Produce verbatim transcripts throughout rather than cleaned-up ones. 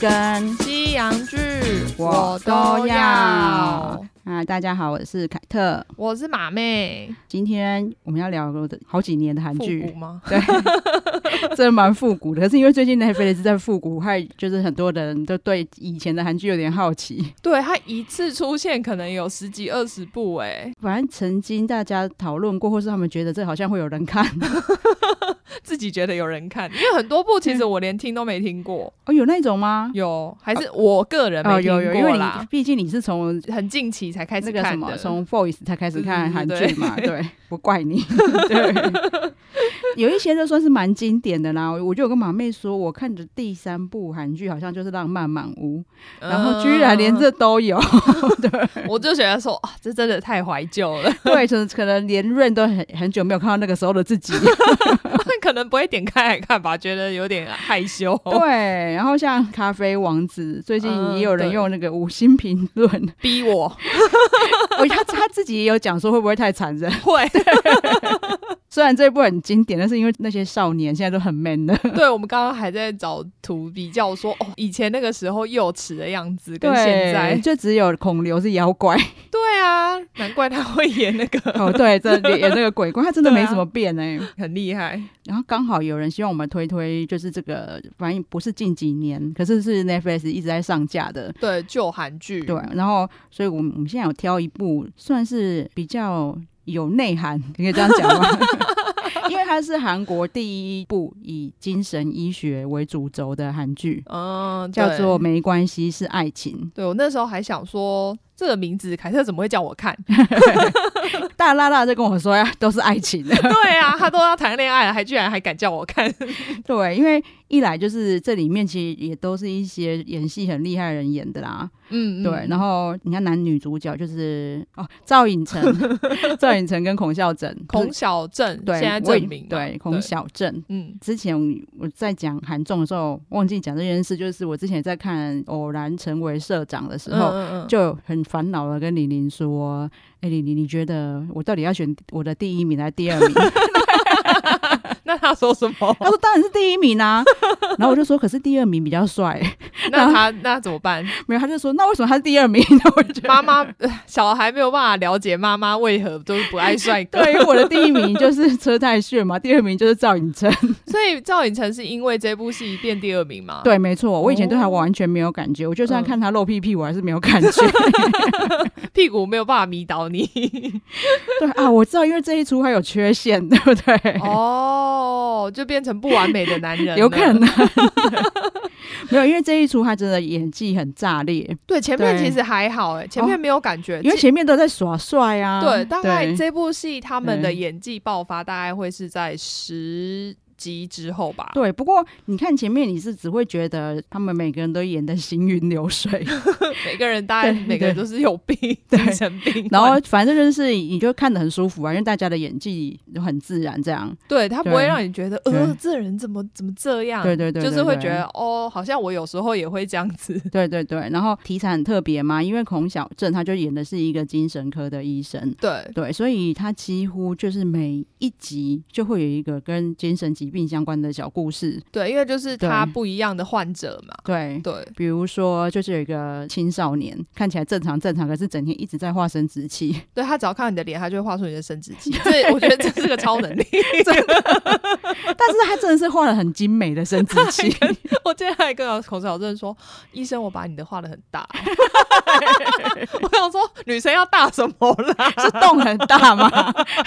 跟西洋剧我都要。啊，大家好，我是凯特， 我是马妹。 今天我们要聊的好几年的韩剧， 复古吗？ 对，真的蛮复古的。可是因为最近 Netflix 在复古，害就是很多的人都对以前的韩剧有点好奇。 对，它一次出现可能有十几二十部哎。 反正曾经大家讨论过，或是他们觉得这好像会有人看， 自己觉得有人看，因为很多部其实我连听都没听过。 哦，有那种吗？ 有，还是我个人没听过啦。 哦、有有，因为你毕竟你是从很近期才开始看的， 那个什么，从 Voice 才开始看韩剧嘛， 对, 对, 对，不怪你。对，有一些就算是蛮经典的啦。我就有跟马妹说，我看的第三部韩剧好像就是《浪漫满屋》，嗯，然后居然连这都有。对， 我就觉得说啊，这真的太怀旧了。 对，可能连润都很很久没有看到那个时候的自己。 可能不会点开来看吧，觉得有点害羞。 对，然后像咖啡王子最近也有人用那个五星评论，嗯， 逼我。 哦，他他自己也有讲说会不会太残忍。 会。 虽然这一部很经典，但是因为那些少年现在都很 man 的。 对，我们刚刚还在找图比较说，哦，以前那个时候幼稚的样子跟现在， 就只有孔刘是妖怪。 对啊，难怪他会演那个。 哦，对，这演那个鬼怪，他真的没什么变哎，欸， 很厉害。 然后刚好有人希望我们推推，就是这个，反正不是近几年，可是是 Netflix 一直在上架的， 对，旧韩剧。 对，然后所以我们我们现在有挑一部算是比较有内涵，可以这样讲吗？因为它是韩国第一部以精神医学为主轴的韩剧，嗯，叫做《没关系是爱情》。 对，我那时候还想说，这个名字凯特怎么会叫我看？ 大辣辣就跟我说呀，都是爱情的。 对啊，他都要谈恋爱了，还居然还敢叫我看。 对，因为一来就是这里面其实也都是一些演戏很厉害的人演的啦。嗯, 嗯，对。然后你看男女主角就是哦，赵寅成、赵寅成跟孔孝真、 孔晓振，对，现在证明对孔晓振。嗯，之前我在讲韩综的时候忘记讲这件事，就是我之前在看《偶然成为社长》的时候，嗯嗯嗯，就很烦恼的跟玲玲说：“哎，玲玲，你觉得我到底要选我的第一名还是第二名？” 那他说什么？ 他说当然是第一名啊。然后我就说可是第二名比较帅。 那他那怎么办？ 没有，他就说那为什么他是第二名？ 妈妈小孩没有办法了解妈妈为何都不爱帅哥。 对，因为我的第一名就是车太铉嘛，第二名就是赵寅成。 所以赵寅成是因为这部戏变第二名吗？ 对，没错。我以前对他完全没有感觉，我就算看他露屁屁我还是没有感觉。 屁股没有办法迷倒你。 对啊，我知道，因为这一出还有缺陷，对不对？ 哦，就变成不完美的男人。 有可能。没有，因为这一出他真的演技很炸裂。 对，前面其实还好哎，前面没有感觉， 哦，因为前面都在耍帅啊。 对，大概这部戏他们的演技爆发大概会是在十集之后吧。 对，不过你看前面你是只会觉得他们每个人都演得行云流水。 每个人大概每个人都是有病，精神病。 然后反正就是你就看得很舒服啊，因为大家的演技都很自然这样。 对，他不会让你觉得呃这人怎么怎么这样。 对对 对, 对, 对， 就是会觉得哦好像我有时候也会这样子。 对对对，然后题材很特别嘛，因为孔晓振他就演的是一个精神科的医生。 对对， 所以他几乎就是每一集就会有一个跟精神疾病相关的小故事。 对，因为就是他不一样的患者嘛。 对对， 比如说就是有一个青少年看起来正常正常，可是整天一直在画生殖器。 对，他只要看到你的脸他就会画出你的生殖器。这我觉得这是个超能力。真的。 但是他真的是画了很精美的生殖器。 我今天还跟孔晓振说，医生我把你的画得很大。我想说女生要大什么啦？ 是洞很大吗？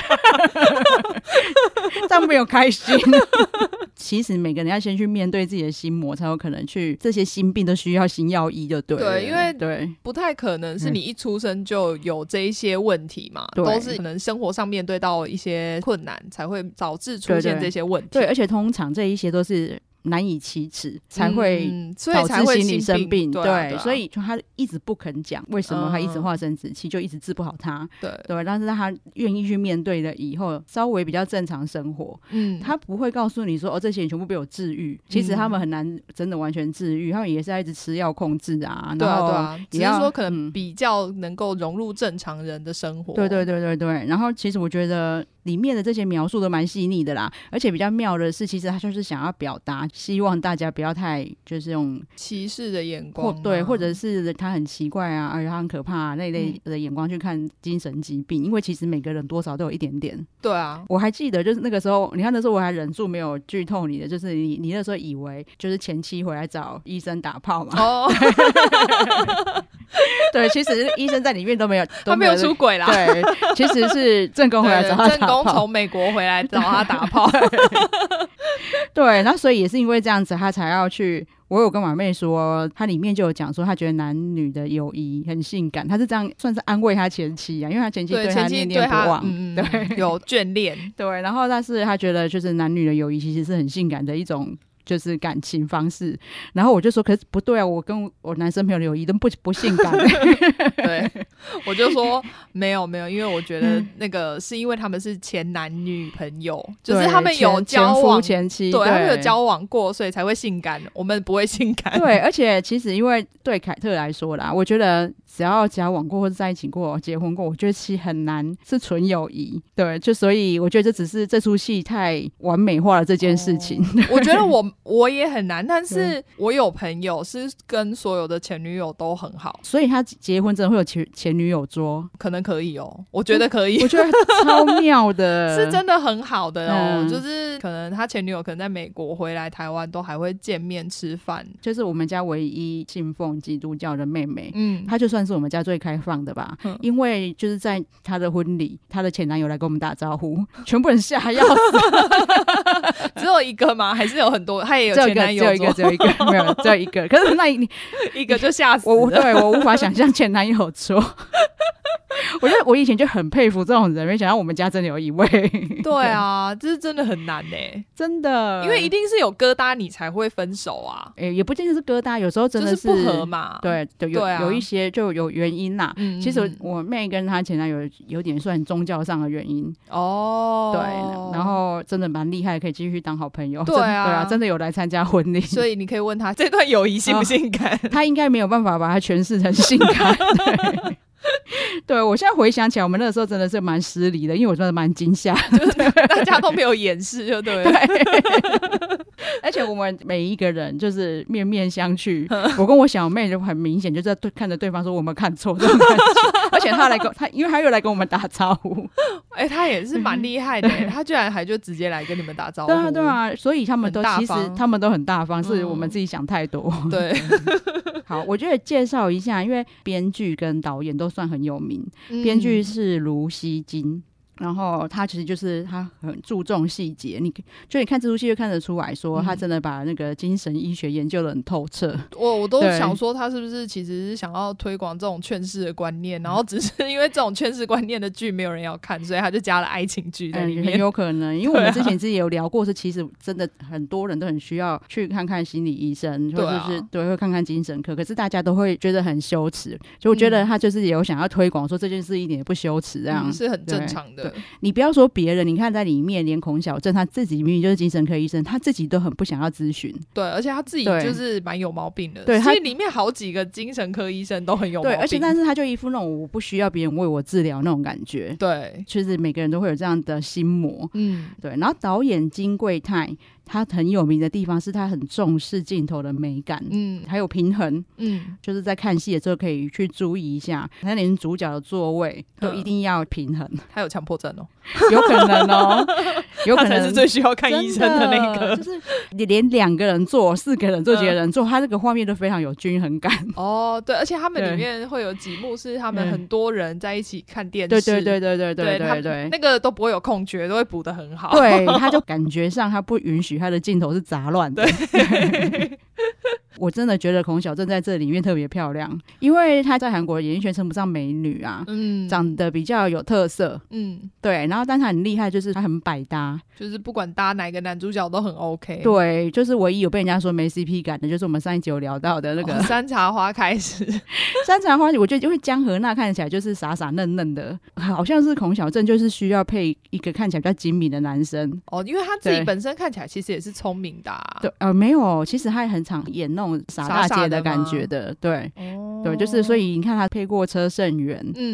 这样没有开心。其实每个人要先去面对自己的心魔，才有可能去这些心病都需要心药医就对了。 对，因为对不太可能是你一出生就有这一些问题嘛，嗯，都是可能生活上面对到一些困难才会导致出现这些问题。 对，对，对，而且通常这一些都是难以启齿才会导致心理生病。嗯，对，啊，对，啊，所以就他一直不肯讲为什么他一直画生殖器，嗯，就一直治不好他。对对，但是他愿意去面对了以后，稍微比较正常生活。嗯，他不会告诉你说哦，这些人全部被我治愈。其实他们很难真的完全治愈，他们也是要一直吃药控制啊。 对啊对啊，只是说可能比较能够融入正常人的生活。 对对对对对，然后其实我觉得里面的这些描述都蛮细腻的啦，而且比较妙的是其实他就是想要表达希望大家不要太就是用歧视的眼光、啊、 对，或者是他很奇怪啊而且他很可怕、啊、那一类的眼光去看精神疾病、嗯、因为其实每个人多少都有一点点。 对啊， 我还记得就是那个时候你看那时候我还忍住没有剧透你的，就是你你那时候以为就是前妻回来找医生打炮嘛。哦对，其实医生在里面都没有， 他没有出轨啦。 对，其实是正宫回来找他打炮， 正宫从美国回来找他打炮。 对，那所以也是因为这样子，他才要去。我有跟马妹说，他里面就有讲说，他觉得男女的友谊很性感，他是这样算是安慰他前妻啊，因为他前妻对他念念不忘， 嗯、对，有眷恋， 对，然后但是他觉得就是男女的友谊其实是很性感的一种。就是感情方式，然后我就说，可是不对啊，我跟我男生朋友的友谊都不不性感、欸。 对，我就说没有没有，因为我觉得那个是因为他们是前男女朋友，就是他们有交往前前妻， 对，他们有交往过，所以才会性感，我们不会性感。 对，而且其实因为对凯特来说啦，我觉得只要交往过或者在一起过、结婚过，我觉得其实很难是纯友谊。对，就所以我觉得这只是这出戏太完美化了这件事情。哦、 我觉得我。我也很难，但是我有朋友是跟所有的前女友都很好， 所以他结婚真的会有前前女友桌， 可能可以哦，我觉得可以， 我觉得超妙的， 是真的很好的哦、嗯，就是可能他前女友可能在美国回来台湾都还会见面吃饭， 就是我们家唯一信奉基督教的妹妹，嗯，她就算是我们家最开放的吧，嗯、因为就是在她的婚礼，她的前男友来跟我们打招呼，全部人吓要死， 只有一个吗？还是有很多？他也有前男友， 只有一个，只有一个，没有，只有一个。可是那一一个就吓死了， 我对我无法想象前男友说。我觉得我以前就很佩服这种人，没想到我们家真的有一位。 对啊，这是真的很难欸， 真的， 因为一定是有疙瘩你才会分手啊。 欸、也不一定是疙瘩，有时候真的是、 就是不合嘛。 对对，有、啊、有一些就有原因啦。嗯、其实我妹跟她前男友有点算宗教上的原因哦。对，然后真的蛮厉害，可以继续当好朋友。对啊，对啊，真的有来参加婚礼。 所以你可以问他这段友谊性不性感？哦、 他应该没有办法把它诠释成性感。对。对，我现在回想起来，我们那个时候真的是蛮失礼的，因为我真的蛮惊吓， 就是大家都没有掩饰，就对了。 对，而且我们每一个人就是面面相觑，我跟我小妹就很明显就在对看着对方说我们看错这种感觉，而且他来跟他，因为他又来跟我们打招呼， 哎、欸，他也是蛮厉害的，他居然还就直接来跟你们打招呼， 对啊对啊，所以他们都其实他们都很大方，是我们自己想太多。 嗯、对， 好，我觉得介绍一下，因为编剧跟导演都算很有名。编剧是卢锡金，然后他其实就是他很注重细节，你就你看这出戏就看得出来说他真的把那个精神医学研究得很透彻。 我我都想说他是不是其实是想要推广这种劝世的观念，然后只是因为这种劝世观念的剧没有人要看，所以他就加了爱情剧在里面、嗯、 很有可能，因为我们之前自己有聊过是其实真的很多人都很需要去看看心理医生，或者是 对,、啊、对会看看精神科，可是大家都会觉得很羞耻，所以我觉得他就是有想要推广说这件事一点也不羞耻，这样、嗯、 是很正常的。 你不要说别人，你看在里面连孔晓振他自己明明就是精神科医生，他自己都很不想要咨询。 对，而且他自己就是蛮有毛病的。对，其实里面好几个精神科医生都很有毛病。对， 而且但是他就一副那种我不需要别人为我治疗那种感觉。 对， 其实每个人都会有这样的心魔。嗯，对。然后导演金贵泰，他很有名的地方是他很重视镜头的美感，嗯，还有平衡，嗯，就是在看戏的时候可以去注意一下，他连主角的座位都一定要平衡。嗯、 他有强迫症哦， 有可能哦，有可能他才是最需要看医生的那个， 就是你连两个人坐、四个人坐、几个人坐，他这个画面都非常有均衡感。 哦，对，而且他们里面会有几幕是他们很多人在一起看电视， 对对对对对对对 对, 对， 那个都不会有空缺，都会补得很好。 对，他就感觉上他不允许他的镜头是杂乱的。对我真的觉得孔晓振在这里面特别漂亮，因为她在韩国演艺圈称不上美女啊，嗯，长得比较有特色，嗯，对，然后但她很厉害，就是她很百搭， 就是不管搭哪个男主角都很 OK。 对，就是唯一有被人家说没 C P 感的，就是我们上一集有聊到的那个、 哦、山茶花开始。 山茶花，我觉得因为江河娜看起来就是傻傻嫩嫩的，好像是孔晓振就是需要配一个看起来比较精明的男生哦，因为他自己本身看起来其实也是聪明的、啊。 对，呃，没有，其实他也很常演那种傻大姐的感觉的，傻傻的对、哦、对，就是所以你看他配过车胜元，嗯，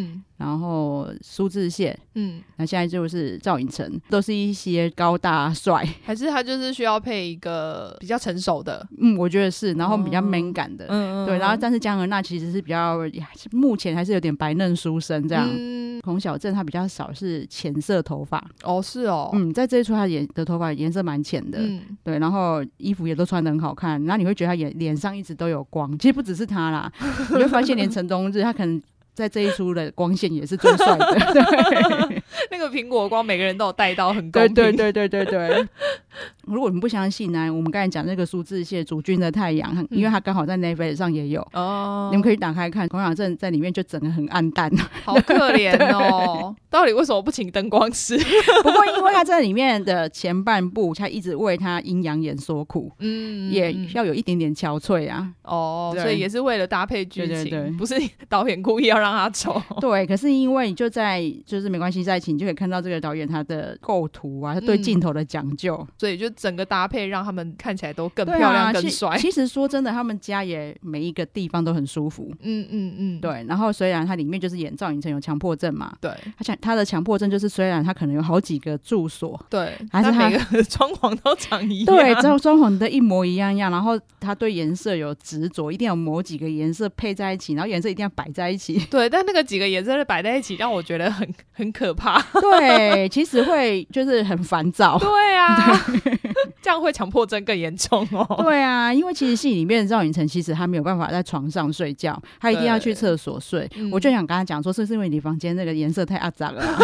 然后苏志燮，嗯，那现在就是赵寅成，都是一些高大帅， 还是他就是需要配一个比较成熟的？ 嗯，我觉得是，然后比较 man 感的，嗯嗯，对，然后但是江河娜其实是比较目前还是有点白嫩书生这样。嗯，孔小振他比较少是浅色头发。 哦，是哦， 嗯，在这一出他的头发颜色蛮浅的，嗯，对，然后衣服也都穿得很好看，然后你会觉得他脸脸上一直都有光，其实不只是他啦，你会发现连陈冬日他可能在这一出的光线也是最帅的，对， 那个苹果光每个人都有带到，很公平。 对对对对对对。如果你们不相信呢、啊，我们刚才讲那个苏志燮《主君的太阳》，因为他刚好在 Netflix 上也有哦，你们可以打开看。孔小振在里面就整个很暗淡， 好可怜哦。到底为什么不请灯光师？ 不过因为他在里面的前半部，他一直为他阴阳眼所苦，嗯，也要有一点点憔悴啊。 哦，所以也是为了搭配剧情， 对对对， 不是导演故意要让他丑。 对，可是因为就在就是没关系在一起，你就可以看到这个导演他的构图啊，他对镜头的讲究、嗯， 所以就整个搭配让他们看起来都更漂亮、啊、更帅。 其实说真的，他们家也每一个地方都很舒服。嗯嗯嗯，对。然后虽然他里面就是演赵寅成有强迫症嘛， 对， 他他的强迫症就是虽然他可能有好几个住所， 对， 还是他每个装潢都长一样， 对，装装潢的一模一样样。然后他对颜色有执着，一定要某几个颜色配在一起，然后颜色一定要摆在一起。 对，但那个几个颜色摆在一起，让我觉得很很可怕。 对，其实会就是很烦躁。 对啊，对这样会强迫症更严重哦。 对啊，因为其实戏里面的赵寅成其实他没有办法在床上睡觉，他一定要去厕所睡。我就想跟他讲说，是不是因为你房间那个颜色太肮脏了、啊？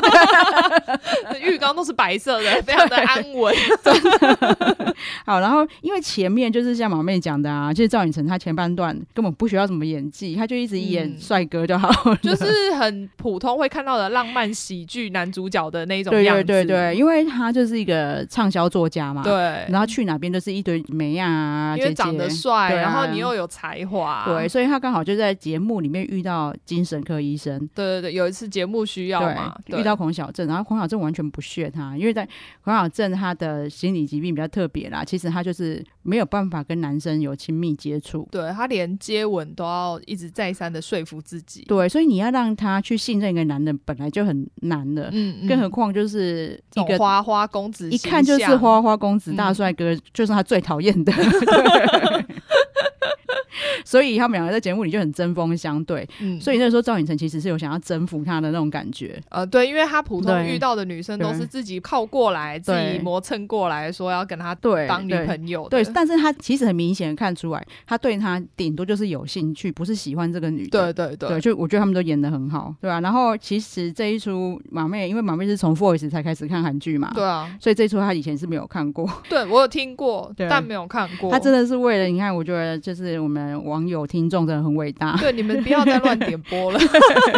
浴缸都是白色的，非常的安稳。 真的。好，然后因为前面就是像马妹讲的啊，其实赵寅成他前半段根本不需要什么演技，他就一直演帅哥就好了、嗯， 就是很普通会看到的浪漫喜剧男主角的那种样子。 对对对对，因为他就是一个畅销作家嘛， 对， 然后去哪边都是一堆美啊， 因为长得帅、 啊， 然后你又有才华， 对，所以他刚好就在节目里面遇到精神科医生。 对对对，有一次节目需要嘛， 遇到孔小振，然后孔小振完全不屑他，因为在孔小振他的心理疾病比较特别啦，其实他就是没有办法跟男生有亲密接触， 对，他连接吻都要一直再三的说服自己， 对，所以你要让他去信任一个男人本来就很难了，嗯嗯，更何况就是一个花花公子， 一看就是花花公子大帅哥、嗯，就是他最讨厌的。所以他们两个在节目里就很针锋相对、嗯、所以那时候赵寅成其实是有想要征服他的那种感觉。 呃，对，因为他普通遇到的女生都是自己靠过来，自己磨蹭过来说要跟他当女朋友的。 对, 对, 对，但是他其实很明显的看出来，他对他顶多就是有兴趣，不是喜欢这个女的。 对对 对, 对，就我觉得他们都演得很好，对啊。然后其实这一出马妹，因为马妹是从 Voice 才开始看韩剧嘛， 对啊， 所以这一出他以前是没有看过。 对，我有听过，但没有看过。 他真的是为了，你看，我觉得就是我们网友听众真的很伟大。 对，你们不要再乱点播了。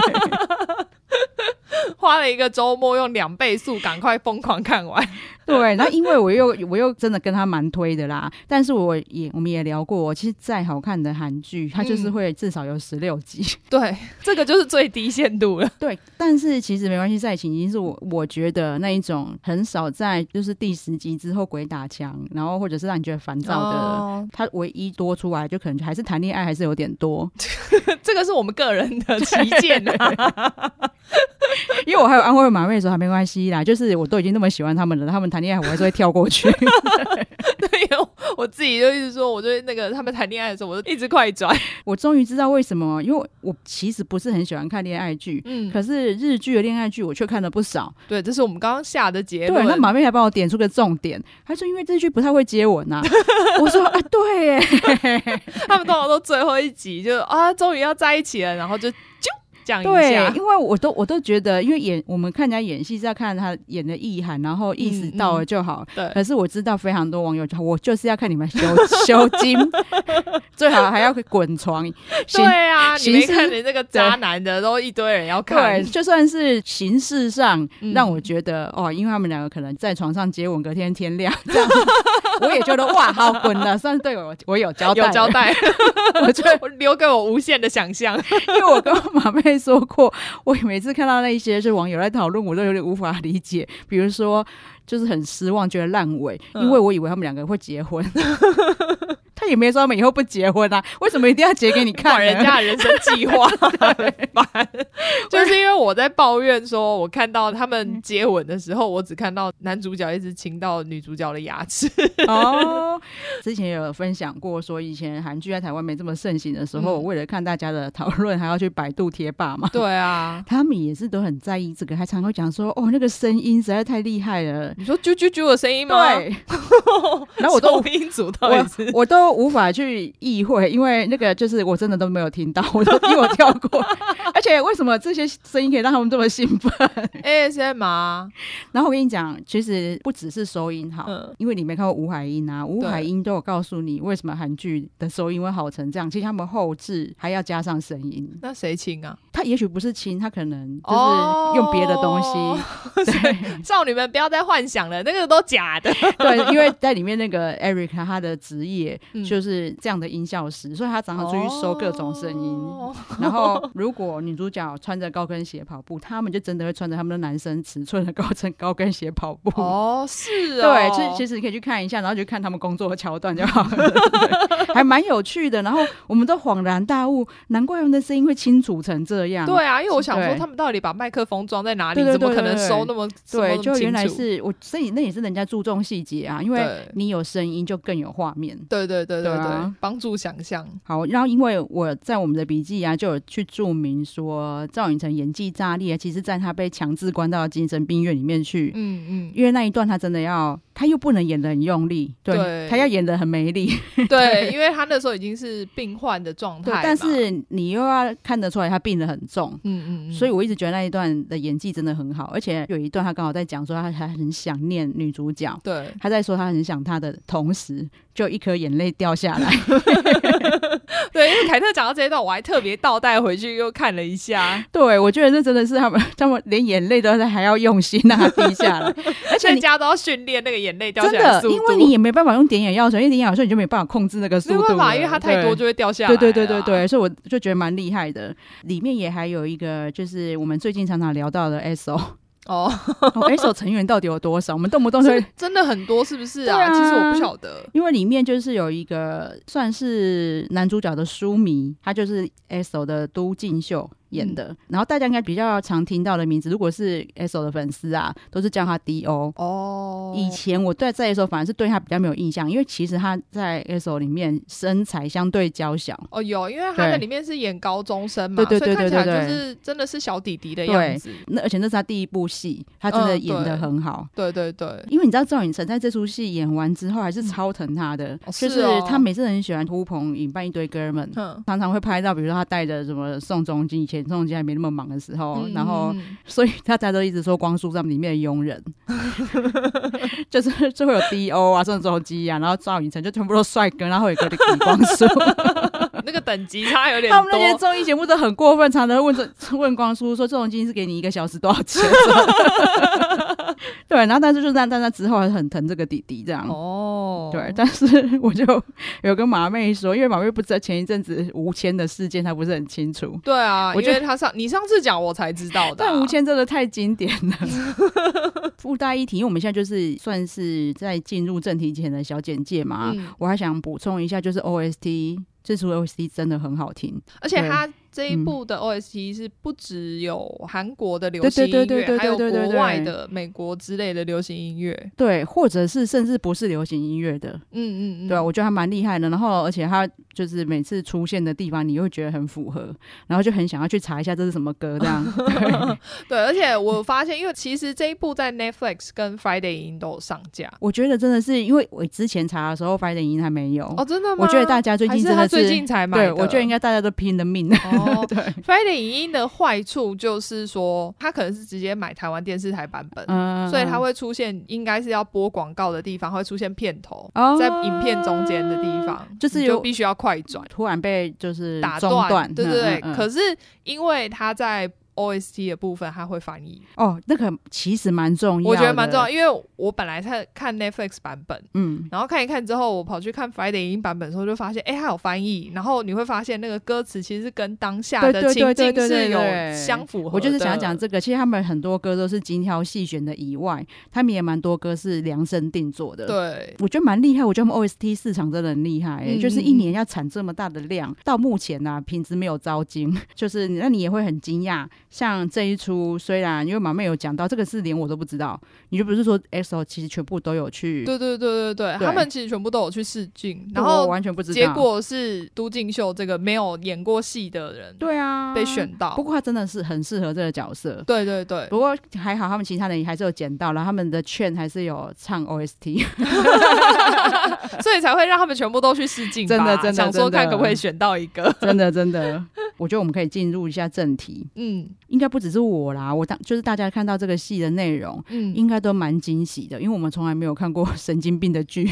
花了一个周末用两倍速赶快疯狂看完。 对，然后因为我又我又真的跟他蛮推的啦，但是我也我们也聊过，其实再好看的韩剧它就是会至少有十六集、嗯、 对，这个就是最低限度了。 对，但是其实没关系，在一起已经是我我觉得那一种很少在就是第十集之后鬼打墙，然后或者是让你觉得烦躁的、哦、它唯一多出来就可能还是谈恋爱还是有点多。 这个是我们个人的旗舰啊。 因为我还有安慰马妹的时候还没关系啦，就是我都已经那么喜欢他们了，他们谈恋爱我还是会跳过去。 对，因为我自己就一直说，我对那个他们谈恋爱的时候我就一直快转。 我终于知道为什么，因为我其实不是很喜欢看恋爱剧、嗯、可是日剧的恋爱剧我却看了不少。 对，这是我们刚刚下的结论。 对，那马妹还帮我点出个重点，他说因为日剧不太会接吻啊。我说啊，对耶。 他们通常都最后一集就啊终于要在一起了，然后就对，因为我都我都觉得，因为演我们看人家演戏是要看他演的意涵，然后意思到了就好。嗯嗯、可是我知道非常多网友，我就是要看你们修修筋，最好还要滚床。 对啊，你没看你这个渣男的都一堆人要看。 对，就算是形式上让我觉得、嗯、哦，因为他们两个可能在床上接吻，隔天天亮这样。我也觉得哇，好滚了，算是对我我有交代， 有交代。我觉得我留给我无限的想象， 因为我跟马妹说过，我每次看到那些是网友在讨论，我都有点无法理解。比如说，就是很失望，觉得烂尾，嗯、因为我以为他们两个会结婚。他也没说他们以后不结婚啊，为什么一定要结给你看呢？ 人家的人生计划就是因为我在抱怨说我看到他们接吻的时候，我只看到男主角一直亲到女主角的牙齿哦，之前有分享过说以前韩剧在台湾没这么盛行的时候、嗯、我为了看大家的讨论还要去百度贴吧嘛。 对啊， 他们也是都很在意这个，还常会讲说哦那个声音实在太厉害了。 你说啾啾啾的声音吗？ 对然后我都收音组到底是我, 我都无法去意会，因为那个就是我真的都没有听到，我都因为我跳过而且为什么这些声音可以让他们这么兴奋 A S M R 然后我跟你讲其实不只是收音好、嗯、因为你没看过吴海英啊，吴海英都有告诉你为什么韩剧的收音会好成这样，其实他们后置还要加上声音。 那谁亲啊？ 他也许不是亲，他可能就是用别的东西、哦、 对少女们不要再幻想了，那个都假的对，因为在里面那个 Eric 他的职业就是这样的音效师、嗯、所以他常常出去收各种声音、哦、然后如果女主角穿着高跟鞋跑步，他们就真的会穿着他们的男生尺寸的高高跟鞋跑步。 哦，是哦，对，其实其实你可以去看一下，然后就看他们工作的桥段就好了还蛮有趣的。然后我们都恍然大悟，难怪他们的声音会清楚成这样。 对啊，因为我想说他们到底把麦克风装在哪里，怎么可能收那么对，就原来是我，所以那也是人家注重细节啊，因为你有声音就更有画面。 对对对对对，帮、啊、助想象。 好，然后因为我在我们的笔记啊就有去注明说赵寅成演技炸裂，其实在他被强制关到精神病院里面去，嗯嗯，因为那一段他真的要，他又不能演得很用力， 对, 对他要演得很没力对, 对，因为他那时候已经是病患的状态， 但是你又要看得出来他病得很重，嗯嗯嗯，所以我一直觉得那一段的演技真的很好。而且有一段他刚好在讲说他还很想念女主角，对，他在说他很想她的同时就一颗眼泪掉下来对，因为凯特讲到这一段我还特别倒带回去又看了一下对，我觉得这真的是他们他们连眼泪都还要用心让它滴下来而且大家都要训练那个眼泪掉下来的速度， 真的，因为你也没办法用点眼药水，因为点眼药水你就没办法控制那个速度， 没办法，因为它太多就会掉下来。 对对对对对，所以我就觉得蛮厉害的。里面也还有一个就是我们最近常常聊到的 S O哦, 哦 ，S O 成员到底有多少？我们动不动就真的很多，是不是 啊, 啊？其实我不晓得， 因为里面就是有一个算是男主角的书迷，他就是 S O 的都敬秀演的、嗯、然后大家应该比较常听到的名字，如果是 S O 的粉丝啊都是叫他 D O 哦。以前我对在 S O 反而是对他比较没有印象，因为其实他在 S O 里面身材相对娇小哦， 有，因为他在里面是演高中生嘛，对对对对对，所以看起来就是真的是小弟弟的样子。 那而且那是他第一部戏，他真的演得很好、嗯、 对, 对对对， 因为你知道赵寅成在这出戏演完之后还是超疼他的、嗯哦、就是他每次很喜欢呼朋引伴一堆哥们、嗯、常常会拍到比如说他带着什么宋仲基，以前宋仲基还没那么忙的时候、嗯、然后所以大家都一直说光速上里面的佣人就是就会有 D O 啊宋仲基啊，然后赵寅成就全部都帅哥，然后有一个李光洙那个等级差有点多， 他们那些综艺节目都很过分，常常问问光洙说这种金是给你一个小时多少钱对，然后但是就在在那之后还很疼这个弟弟这样哦，对，但是我就有跟马妹说，因为马妹不知道前一阵子吴谦的事件她不是很清楚。 对啊，我觉得他上你上次讲我才知道的、啊、 但吴谦真的太经典了附带一提，因为我们现在就是算是在进入正题前的小简介嘛、嗯、我还想补充一下，就是 O S T 这出 O S T 真的很好听， 而且他这一部的 O S T 是不只有韩国的流行音乐，还有国外的美国之类的流行音乐， 对，或者是甚至不是流行音乐的，嗯嗯嗯，对啊，我觉得还蛮厉害的。然后而且他就是每次出现的地方你会觉得很符合，然后就很想要去查一下这是什么歌这样对, 对，而且我发现因为其实这一部在 Netflix 跟 Friday 影音都有上架， 我觉得真的是因为我之前查的时候 Friday 影音还没有哦， 真的吗？ 我觉得大家最近真的是最近才买的， 对，我觉得应该大家都拼了命哦对 Friday 影音的坏处就是说它可能是直接买台湾电视台版本、嗯、所以它会出现应该是要播广告的地方会出现片头、哦、在影片中间的地方就是有就必须要快转， 突然被就是打断， 对对对、嗯嗯、可是因为它在 O S T 的部分它会翻译。 哦，那个其实蛮重要的， 我觉得蛮重要，因为我本来在看 Netflix 版本， 嗯， 然后看一看之后，我跑去看 Friday 影音版本的时候，就发现，哎、欸，它有翻译，然后你会发现那个歌词其实是跟当下的情境是有相符合的。 我就是想讲这个，其实他们很多歌都是精挑细选的以外，他们也蛮多歌是量身定做的。 对， 我觉得蛮厉害，我觉得他们 O S T 市场真的很厉害、欸嗯，就是一年要产这么大的量，到目前啊品质没有糟精，就是那你也会很惊讶。像这一出，虽然因为马妹有讲到这个是连我都不知道，你就不是说 X O 其实全部都有去， 对对对对 对, 对，他们其实全部都有去试镜，然后完全不知道， 结果是都敬秀这个没有演过戏的人， 对啊，被选到。 不过他真的是很适合这个角色， 对对对。 不过还好他们其他人还是有捡到了，他们的券还是有唱 O S T， 所以才会让他们全部都去试镜吧， 真的真的想说看可不可以选到一个， 真的真的。我觉得我们可以进入一下正题，嗯，应该不只是我啦，我当就是大家看到这个戏的内容，嗯，应该都蛮惊喜的，因为我们从来没有看过神经病的剧。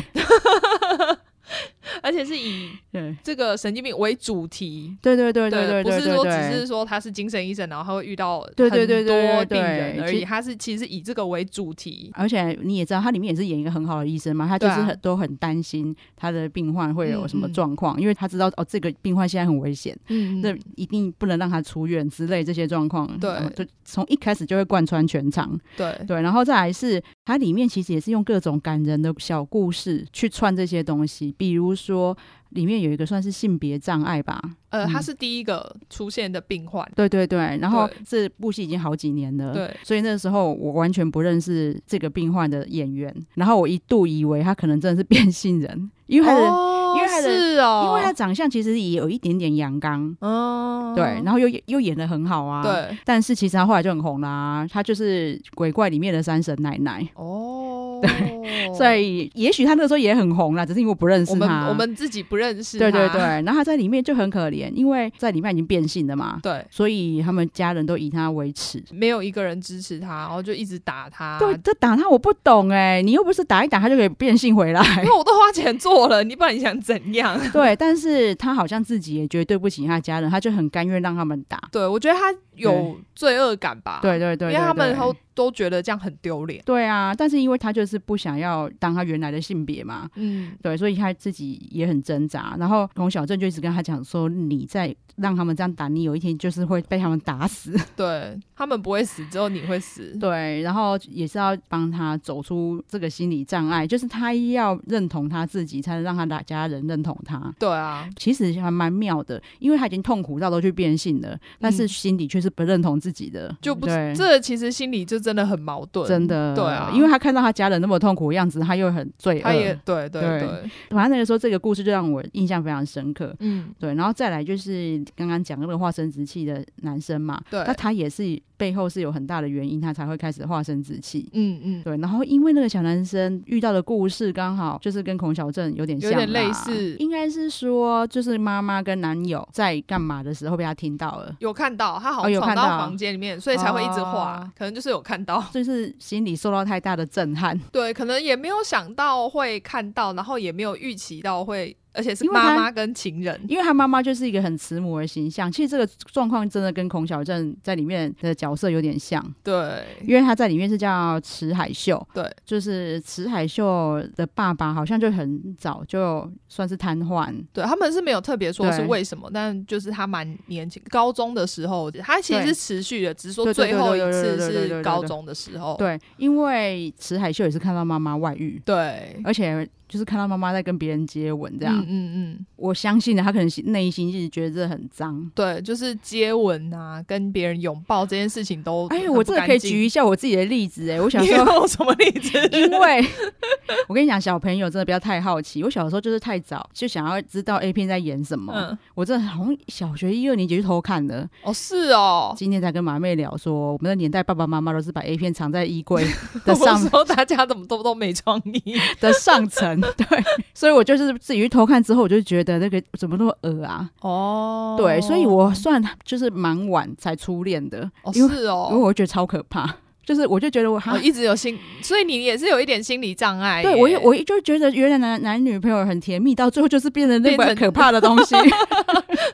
而且是以这个神经病为主题， 对对对对 对, 对, 对, 对， 不是说只是说他是精神医生，然后他会遇到很多病人而已，他是其实以这个为主题。 而且你也知道，他里面也是演一个很好的医生嘛，他就是很、啊、都很担心他的病患会有什么状况、嗯嗯，因为他知道哦，这个病患现在很危险，嗯，这一定不能让他出院之类这些状况， 对， 就从一开始就会贯穿全场， 对对，然后再来是它里面其实也是用各种感人的小故事去串这些东西，比如说里面有一个算是性别障碍吧， 呃，他是第一个出现的病患、嗯， 对对对，然后这部戏已经好几年了， 对， 所以那时候我完全不认识这个病患的演员，然后我一度以为他可能真的是变性人，因为他的， 哦、 因为他的， 是哦， 因为他的长相其实也有一点点阳刚，哦，对，然后又又演得很好啊， 对， 但是其实他后来就很红啦、啊，他就是鬼怪里面的三神奶奶，哦，对，所以也许他那个时候也很红啦，只是因为我不认识他， 我们我们自己不认识他， 对对对，然后他在里面就很可怜，因为在里面已经变性了嘛， 对， 所以他们家人都以他为耻， 没有一个人支持他，然后就一直打他。 对，这打他我不懂哎、欸，你又不是打一打他就可以变性回来， 因为我都花钱做了，你不然你想怎样？ 对，但是他好像自己也觉得对不起他的家人，他就很甘愿让他们打。 对，我觉得他有罪恶感吧， 对对 对, 对, 对, 对， 因为他们都都觉得这样很丢脸。 对啊，但是因为他就是不想要当他原来的性别嘛，嗯，对，所以他自己也很挣扎。然后洪小正就一直跟他讲说，你再让他们这样打，你有一天就是会被他们打死。 对，他们不会死，只有你会死。 对，然后也是要帮他走出这个心理障碍，就是他要认同他自己，才能让他的家人认同他。 对啊， 其实还蛮妙的，因为他已经痛苦到都去变性了，但是心里却是不认同自己的，嗯、 就不这其实心里就真的很矛盾， 真的。 对啊， 因为他看到他家人那么痛苦的样子，他又很罪恶， 他也对对 对, 对。 反正那个时候这个故事就让我印象非常深刻，嗯，对。然后再来就是刚刚讲那个化生殖器的男生嘛， 对， 那他也是背后是有很大的原因，他才会开始化生殖器，嗯嗯，对。然后因为那个小男生遇到的故事刚好就是跟孔小正有点像， 有点类似， 应该是说就是妈妈跟男友在干嘛的时候被他听到了， 有看到他好像闯到房间里面，哦、所以才会一直画、哦，可能就是有看到， 就是心里受到太大的震撼， 对，可能也没有想到会看到，然后也没有预期到会。而且是妈妈跟情人， 因为他妈妈就是一个很慈母的形象。其实这个状况真的跟孔小正在里面的角色有点像， 对， 因为他在里面是叫池海秀， 对， 就是池海秀的爸爸好像就很早就算是瘫痪， 对，他们是没有特别说是为什么，但就是他蛮年轻，高中的时候，他其实是持续的，只是说最后一次是高中的时候， 对，因为池海秀也是看到妈妈外遇， 对， 而且就是看到妈妈在跟别人接吻这样，嗯嗯嗯，我相信他可能内心是觉得这很脏， 对，就是接吻啊，跟别人拥抱这件事情都， 哎，我这个可以举一下我自己的例子，哎，我小时候什么例子？ 因为我跟你讲，小朋友真的不要太好奇，我小时候就是太早就想要知道 A 片在演什么，嗯，我真的好像小学一二年级就偷看了， 哦，是哦， 今天才跟马妹聊说，我们的年代爸爸妈妈都是把 A 片藏在衣柜的上， 我说大家怎么都都没创意的上层。对，所以我就是自己去偷看之后，我就觉得那个怎么那么恶啊？哦，对，所以我算就是蛮晚才初恋的， 哦，是哦， 因为我觉得超可怕。就是我就觉得我、 哦、一直有心，所以你也是有一点心理障碍。 对，我我就觉得原来男男女朋友很甜蜜，到最后就是变成那么可怕的东西。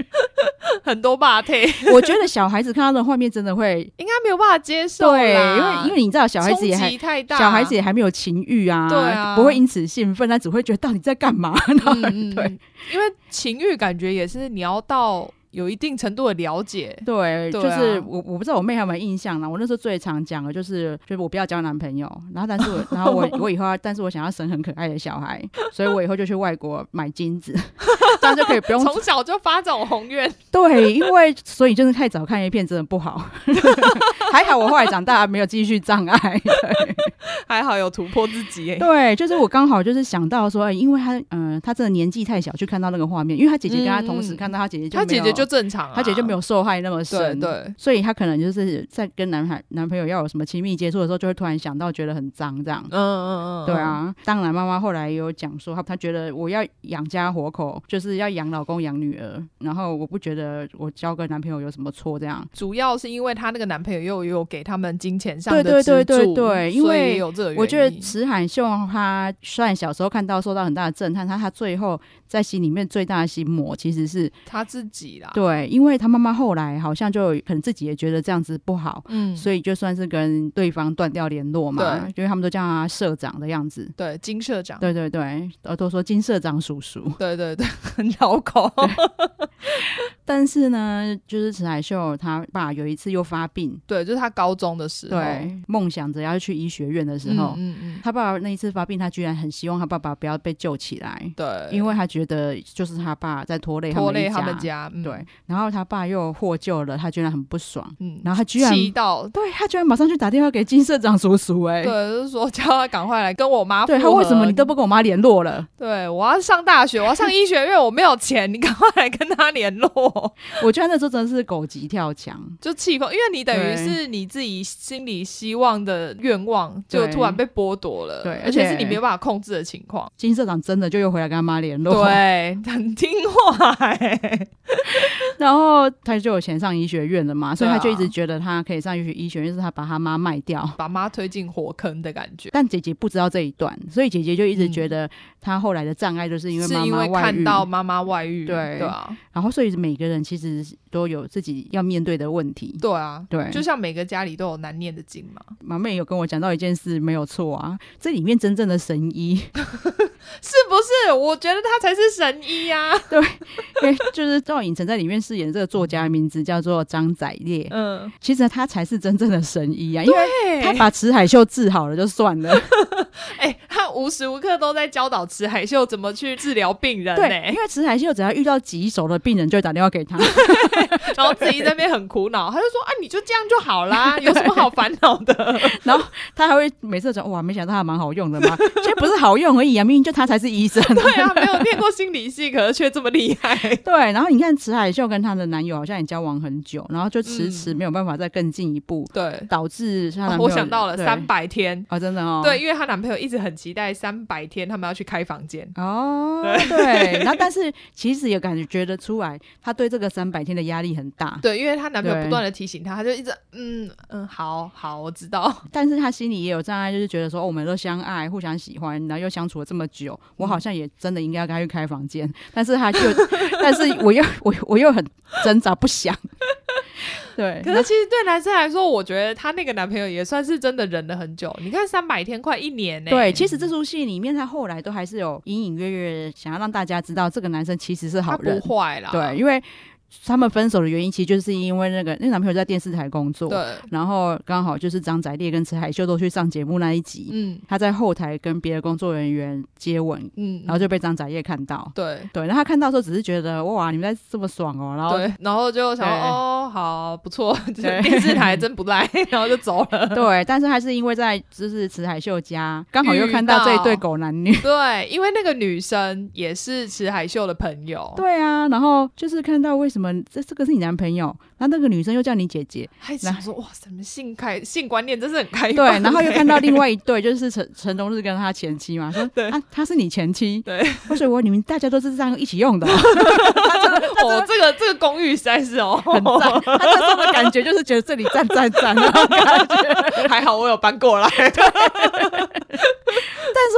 很多霸退。 我觉得小孩子看到的画面真的会应该没有办法接受啦， 对，因为因为你知道小孩子也还冲击太大， 小孩子也还没有情欲啊， 对啊， 不会因此兴奋，他只会觉得到底在干嘛。嗯，对， 因为情欲感觉也是你要到有一定程度的了解。 对，对啊，就是我我不知道我妹有没有印象啦。我那时候最常讲的就是就是我不要交男朋友，然后但是我然后我我以后要但是我想要生很可爱的小孩，所以我以后就去外国买精子，这样就可以不用从小就发这种宏愿。 对，因为所以就是太早看 A 片真的不好。还好我后来长大没有继续障碍，对， 还好有突破自己。 对，就是我刚好就是想到说，因为他嗯、呃、他真的年纪太小去看到那个画面，因为他姐姐跟他同时看到，他姐姐就没有， 他姐姐就正常啊， 他姐姐就没有受害那么深， 对对， 所以他可能就是在跟男孩男朋友要有什么亲密接触的时候，就会突然想到觉得很脏这样。嗯嗯嗯，对啊。当然妈妈后来也有讲说，他他觉得我要养家活口，就是要养老公养女儿，然后我不觉得我交个男朋友有什么错这样。 主要是因为他那个男朋友又有给他们金钱上的资助，对对对对对， 因为有这个原因。 我觉得池海秀他虽然小时候看到受到很大的震撼，他他最后在心里面最大的心魔其实是他自己啦。 对，因为他妈妈后来好像就可能自己也觉得这样子不好，嗯，所以就算是跟对方断掉联络嘛，对，因为他们都叫他社长的样子， 对，金社长， 对对对，都说金社长叔叔， 对对对，很绕口。 但是呢，就是池海秀他爸有一次又发病， 对，就是他高中的时候， 对，梦想着要去医学院的时候，嗯嗯嗯，他爸爸那一次发病，他居然很希望他爸爸不要被救起来， 对， 因为他觉得就是他爸在拖累他们拖累他们家， 嗯、对，然后他爸又获救了，他居然很不爽，嗯，然后他居然气到， 对他居然马上去打电话给金社长叔叔、欸，哎， 对，就是说叫他赶快来跟我妈复合， 对，他为什么你都不跟我妈联络了？ 对，我要上大学，我要上医学院，我没有钱，你赶快来跟他联络。 我觉得那时候真的是狗急跳墙， 就气疯，因为你等于是你自己心里希望的愿望，就突然被剥夺了，对，而且是你没有办法控制的情况。 金社长真的就又回来跟他妈联络， 对，很听话、欸。 然后他就有钱上医学院了嘛，所以他就一直觉得他可以上医学院，就是他把他妈卖掉， 把妈推进火坑的感觉。 但姐姐不知道这一段，所以姐姐就一直觉得他后来的障碍就是因为妈妈外遇， 是因为看到妈妈外遇， 对对啊。 然后所以每个人其实都有自己要面对的问题， 对啊， 对， 就像每个家里都有难念的经嘛。 马妹有跟我讲到一件事，没有错啊，这里面真正的神医是不是？我觉得他才是神医啊。 对，因为就是赵寅成在里面饰演这个作家的名字叫做张载烈，嗯，其实他才是真正的神医啊，因为他把池海秀治好了就算了。 哎、欸，他无时无刻都在教导池海秀怎么去治疗病人、欸。 对，因为池海秀只要遇到棘手的病人，就会打电话给他， 然后自己在那边很苦恼，他就说：“啊，你就这样就好啦，有什么好烦恼的？” 然后他还会每次讲：“哇，没想到他蛮好用的嘛。”其实不是好用而已啊，明明就他才是医生。 对啊，没有念过心理系，可是却这么厉害。 对，然后你看池海秀跟她的男友好像也交往很久，然后就迟迟没有办法再更进一步，对、嗯，导致她男朋友、 哦、我想到了三百天哦，真的哦， 对，因为她男朋友一直很期待三百天他们要去开房间哦，对对，然后但是其实也感觉觉得出来，他对这个三百天的压力很大， 对，因为她男朋友不断的提醒她，她就一直嗯嗯，好好，我知道，但是她心里也有障碍，就是觉得说、哦、我们都相爱，互相喜欢，然后又相处了这么久，我好像也真的应该要跟他去开房间，但是他就，但是我又我我又很挣扎不想。对， 可是其实对男生来说，我觉得他那个男朋友也算是真的忍了很久。你看三百天，快一年呢、欸。 对，其实这出戏里面，他后来都还是有隐隐约约想要让大家知道，这个男生其实是好人， 他不坏啦。 对，因为他们分手的原因，其实就是因为那个那个男朋友在电视台工作，对，然后刚好就是张载烈跟池海秀都去上节目那一集，嗯，他在后台跟别的工作人员接吻，嗯，然后就被张载烈看到，对对，然后他看到的时候只是觉得哇，你们在这么爽哦，然后对，然后就想哦，好不错，电视台真不赖，然后就走了， 对，但是他是因为在就是池海秀家刚好又看到这一对狗男女， 对，因为那个女生也是池海秀的朋友， 对啊，然后就是看到为什么这这个是你男朋友，然后那个女生又叫你姐姐， 还想说哇，什么性开性观念真是很开放。 对，然后又看到另外一对，就是陈陈东日跟他前妻嘛，说对啊，他是你前妻，对，所以我你们大家都是这样一起用的、哦。 他真的，哦，这个这个公寓实在是哦很赞，他那时候的感觉就是觉得这里赞赞赞的感觉， 还好我有搬过来。 但是我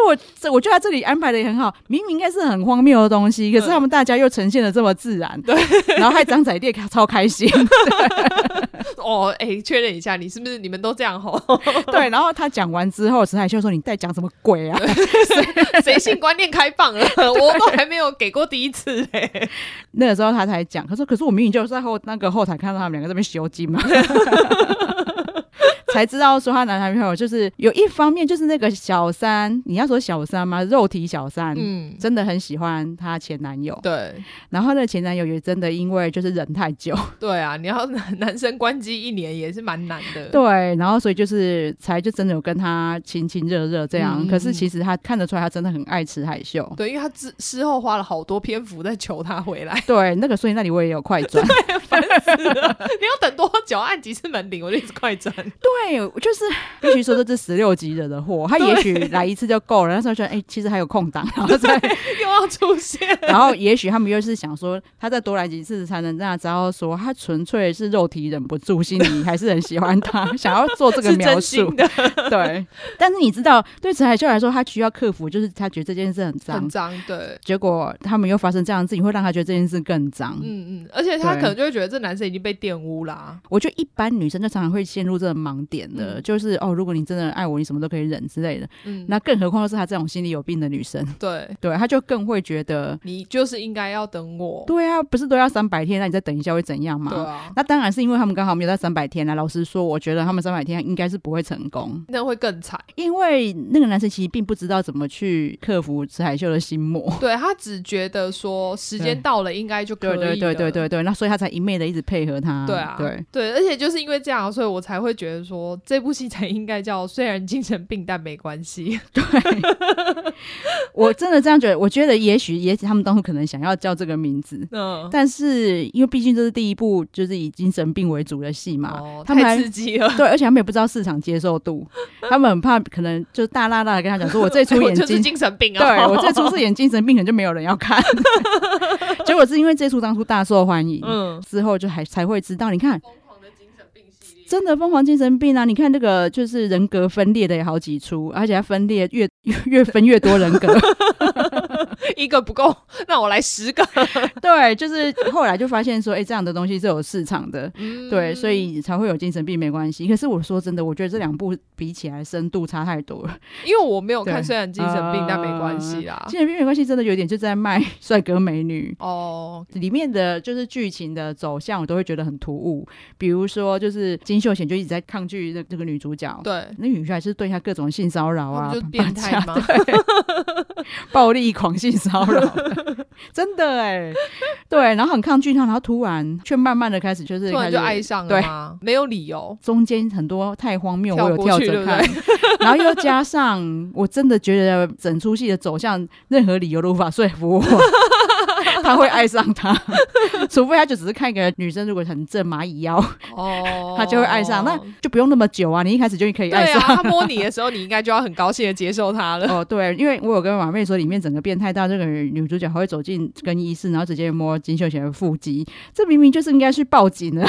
这我觉得他这里安排的也很好，明明应该是很荒谬的东西，可是他们大家又呈现的这么自然，对，然后还张仔烈超开心。 哦，哎、欸，确认一下，你是不是你们都这样吼？ 对，然后他讲完之后，池海秀说：“你在讲什么鬼啊？ 谁性观念开放了？我都还没有给过第一次哎、欸。” 那个时候他才讲，他说：“可是我明明就是在后那个后台看到他们两个在那边修金嘛。”才知道说她男朋友就是有一方面就是那个小三，你要说小三吗？肉体小三，嗯，真的很喜欢她前男友。 对， 然后那个前男友也真的因为就是忍太久。 对啊，你要男生关机一年也是蛮难的。 对，然后所以就是才就真的有跟他亲亲热热这样、嗯。可是其实他看得出来，他真的很爱池海秀。 对，因为他事后花了好多篇幅在求他回来。 对，那个所以那里我也有快转。 对，烦死了！你要等多久？按几次门铃我就一直快转。 对。就是必须说这是十六集惹的祸，他也许来一次就够了，那时候觉得哎、欸，其实还有空档，然后再又要出现， 然后也许他们又是想说，他再多来几次才能让他知道说，他纯粹是肉体忍不住，心里还是很喜欢他，想要做这个描述的。 对，但是你知道，对池海秀来说，他需要克服，就是他觉得这件事很脏， 很脏，对。结果他们又发生这样的事情，会让他觉得这件事更脏。 嗯嗯，而且他可能就会觉得这男生已经被玷污啦、啊。 我觉得一般女生就常常会陷入这个盲点的。嗯，就是哦，如果你真的爱我，你什么都可以忍之类的。嗯，那更何况是她这种心理有病的女生。 对对，她就更会觉得你就是应该要等我。 对啊，不是都要三百天，那你再等一下会怎样嘛？ 对啊， 那当然是因为他们刚好没有在三百天啊。老实说，我觉得他们三百天应该是不会成功， 那会更惨。 因为那个男生其实并不知道怎么去克服池海秀的心魔。 对，他只觉得说时间到了应该就可以了。 对对对对对，那所以他才一昧的一直配合他。 对啊， 对对，而且就是因为这样，所以我才会觉得说这部戏才应该叫虽然精神病但没关系。 对，我真的这样觉得。我觉得也许也许他们当初可能想要叫这个名字，嗯，但是因为毕竟这是第一部就是以精神病为主的戏嘛， 哦， 他们太刺激了。 对，而且他们也不知道市场接受度，他们很怕可能就大辣辣的跟他讲说，我这出演就是精神病啊， 对，我这出是演精神病，可能就没有人要看。结果是因为这出当初大受欢迎，嗯，之后就还才会知道，你看。真的疯狂精神病啊！你看这个就是人格分裂的有好几出，而且它分裂越越分越多人格， 一个不够，那我来十个。 对，就是后来就发现说，哎、欸，这样的东西是有市场的，嗯、对，所以才会有精神病没关系。可是我说真的，我觉得这两部比起来深度差太多了。 因为我没有看，虽然精神病、呃、但没关系啦。 精神病没关系，真的有点就在卖帅哥美女哦。里面的就是剧情的走向，我都会觉得很突兀。比如说，就是金秀贤就一直在抗拒那这个女主角， 对， 那女主角还是对她各种性骚扰啊， 就变态吗？ 暴力狂性骚扰，真的哎，对，然后很抗拒她，然后突然却慢慢的开始就是突然就爱上了吗？没有理由， 中间很多太荒谬，我有跳着看，对对然后又加上我真的觉得整出戏的走向，任何理由都无法说服我。他会爱上他，除非他就只是看一个女生如果很正蚂蚁腰，哦，他就会爱上，那就不用那么久啊，你一开始就可以爱上。 对啊，他摸你的时候，你应该就要很高兴的接受他了。 哦，对，因为我有跟马妹说，里面整个变态到这个女主角还会走进更衣室，然后直接摸金秀贤的腹肌，这明明就是应该去报警的。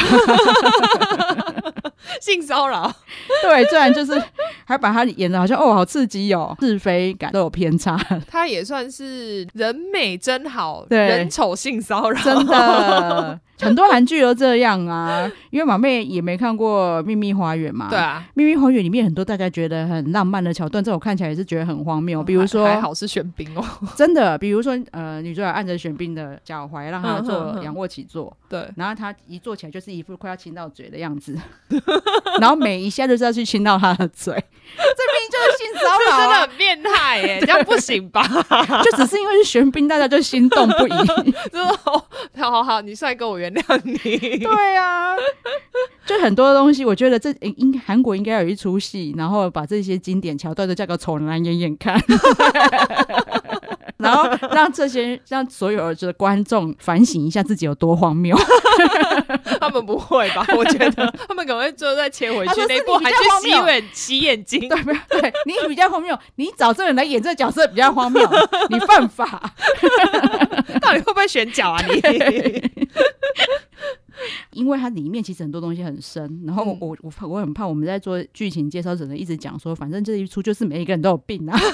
性骚扰， 对，虽然就是还把他演的好像哦好刺激哦，是非感都有偏差。 他也算是人美真好，人丑性骚扰， 真的。很多韩剧都这样啊，因为马妹也没看过《秘密花园》嘛。 对啊， 《秘密花园》里面很多大家觉得很浪漫的桥段，这我看起来也是觉得很荒谬。比如说， 还好是玄彬哦， 真的，比如说呃，女主角按着玄彬的脚踝，让他做仰卧起坐，对，然后他一坐起来就是一副快要亲到嘴的样子，然后每一下就是要去亲到他的嘴，这明明就是性骚扰、啊， 真的很变态耶，这样不行吧？ 就只是因为是玄彬，大家就心动不已。 就说好好好，你帅哥，我原谅你。 对啊，就很多东西，我觉得这应韩国应该有一出戏，然后把这些经典桥段都叫个丑男演演看。然后让这些让所有的观众反省一下自己有多荒谬。 他们不会吧？我觉得他们可能会最后再切回去那部，还去洗眼洗眼睛。 对对，你比较荒谬，你找这个人来演这个角色比较荒谬，你犯法。 到底会不会选角啊你？ 因为它里面其实很多东西很深，然后我、嗯、我我我很怕我们在做剧情介绍只能一直讲说反正这一出就是每一个人都有病啊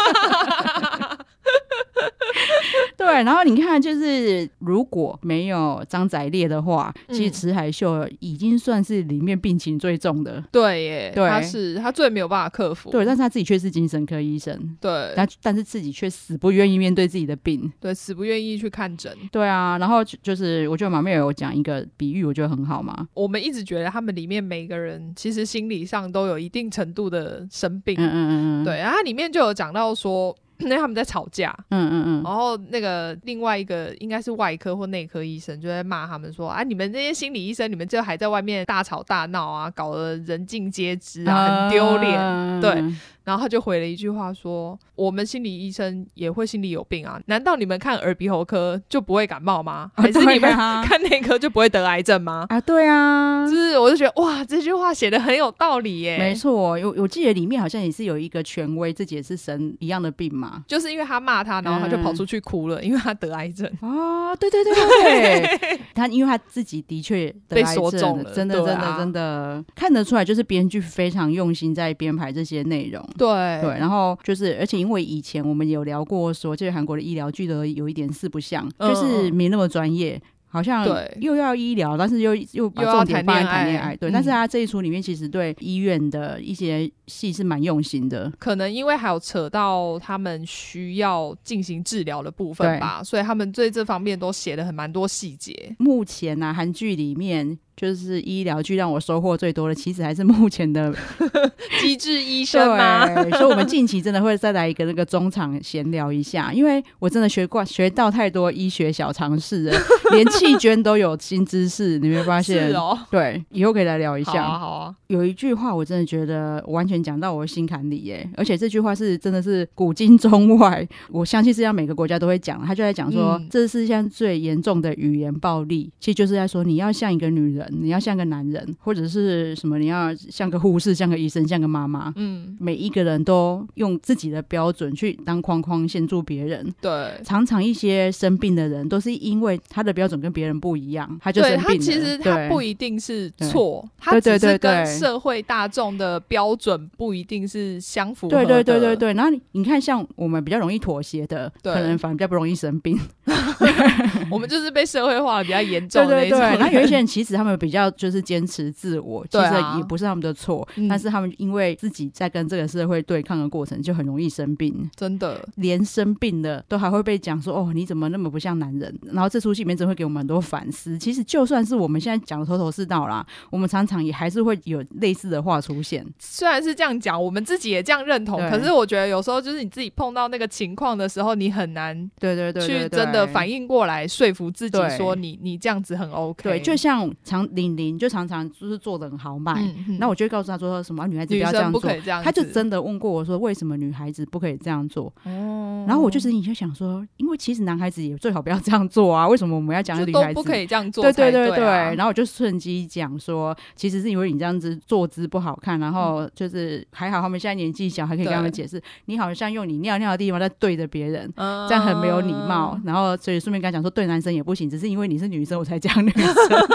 对，然后你看就是如果没有张宰烈的话、嗯、其实池海秀已经算是里面病情最重的。 对耶，对，他是他最没有办法克服。 对，但是他自己却是精神科医生。 对， 但但是自己却死不愿意面对自己的病。 对，死不愿意去看诊。 对啊，然后就是我觉得马妹有讲一个比喻我觉得很好嘛。 我们一直觉得他们里面每个人其实心理上都有一定程度的生病。嗯嗯嗯，对，然后他里面就有讲到说因为他们在吵架，嗯嗯嗯，然后那个另外一个应该是外科或内科医生就在骂他们说啊，你们这些心理医生，你们这还在外面大吵大闹啊，搞得人尽皆知啊，很丢脸、嗯。对，然后他就回了一句话说，我们心理医生也会心里有病啊，难道你们看耳鼻喉科就不会感冒吗？还是你们看内科就不会得癌症吗？ 啊，对啊， 就是我就觉得哇，这句话写得很有道理耶。 没错，我我记得里面好像也是有一个权威自己也是神一样的病嘛， 就是因为他骂他，然后他就跑出去哭了、嗯、因为他得癌症。 哦，对对对对他因为他自己的确得癌症被说中了， 真的真的、啊、真的看得出来，就是编剧非常用心在编排这些内容。 对对，然后就是而且因为以前我们有聊过说就是韩国的医疗剧的有一点四不像、嗯、就是没那么专业，好像又要医疗，但是又又把重点放在谈恋爱，对、嗯。但是他这一出里面其实对医院的一些戏是蛮用心的， 可能因为还有扯到他们需要进行治疗的部分吧，所以他们对这方面都写了很蛮多细节。 目前啊，韩剧里面就是医疗剧让我收获最多的，其实还是目前的机智医生吗？ 对，所以我们近期真的会再来一个那个中场闲聊一下，因为我真的学过学到太多医学小常识了，连弃捐都有新知识，你没发现？ 是哦， 对，以后可以来聊一下。 好啊，好啊。 有一句话我真的觉得完全讲到我的心坎里耶，而且这句话是真的是古今中外，我相信是要每个国家都会讲。他就在讲说、嗯、这是世界上最严重的语言暴力，其实就是在说你要像一个女人，你要像个男人，或者是什么你要像个护士，像个医生，像个妈妈。嗯，每一个人都用自己的标准去当框框限住别人。 对， 常常一些生病的人都是因为他的标准跟别人不一样，他就生病了。对， 他其实他不一定是错，他只是跟社会大众的标准不一定是相符合的。 对对对对对。然后 你, 你看像我们比较容易妥协的，可能反而比较不容易生病。 我们就是被社会化的比较严重的那种。 对对对。然后有一些人其实他们比较就是坚持自我，其实也不是他们的错、啊、但是他们因为自己在跟这个社会对抗的过程就很容易生病。 真的， 连生病的都还会被讲说哦你怎么那么不像男人。然后这出戏里面真会给我们很多反思。其实就算是我们现在讲的头头是道啦，我们常常也还是会有类似的话出现。 虽然是这样讲，我们自己也这样认同，可是我觉得有时候就是你自己碰到那个情况的时候，你很难对对对去真的反应过来说服自己说你你这样子很 OK。 对，就像常玲玲就常常就是做得很豪迈，那、嗯嗯、我就会告诉她说什么女孩子不要这样做， 女生不可以这样子。 她就真的问过我说为什么女孩子不可以这样做、哦、然后我就是你就想说因为其实男孩子也最好不要这样做啊，为什么我们要讲女孩子都不可以这样做、 啊、对对对对。 然后我就趁机讲说其实是因为你这样子坐姿不好看，然后就是还好他们现在年纪小还可以跟他们解释你好像用你尿尿的地方在对着别人、嗯、这样很没有礼貌，然后所以顺便跟他讲说对男生也不行，只是因为你是女生我才讲女生。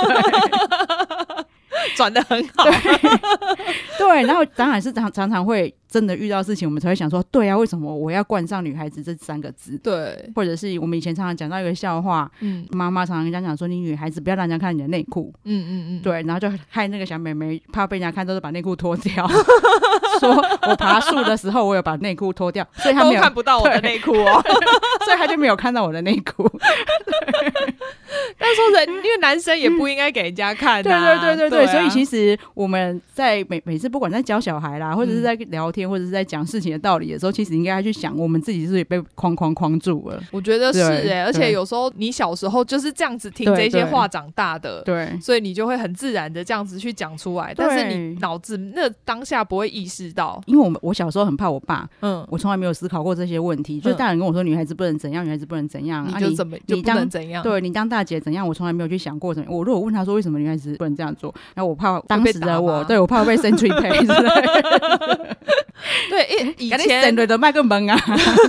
转得很好。 对, 对，然后当然是常常常会真的遇到事情我们才会想说对啊为什么我要冠上女孩子这三个字。 对， 或者是我们以前常常讲到一个笑话，嗯，妈妈常常跟人家讲说你女孩子不要让人家看你的内裤。嗯嗯嗯，对，然后就害那个小妹妹怕被人家看都是把内裤脱掉。说我爬树的时候我有把内裤脱掉，所以她没有都看不到我的内裤哦。 所以她就没有看到我的内裤。 但说人因为男生也不应该给人家看、啊、 对对对对 对, 对、啊、所以其实我们在 每, 每次不管在教小孩啦或者是在聊天、嗯、或者是在讲事情的道理的时候，其实应该去想我们自己是不是也被框框框住了。 我觉得是耶、欸、而且有时候你小时候就是这样子听这些话长大的， 对, 对，所以你就会很自然的这样子去讲出来，但是你脑子那当下不会意识到。 因为我们我小时候很怕我爸，嗯，我从来没有思考过这些问题、嗯、就是大人跟我说女孩子不能怎样女孩子不能怎样， 你就怎么、啊、你就不能怎样， 对，你当大姐怎样，我从来没有去想过怎么样。我如果问他说为什么女孩子不能这样做，然后我怕当时的我，对，我怕被 century pay 对，以前的麦克风啊。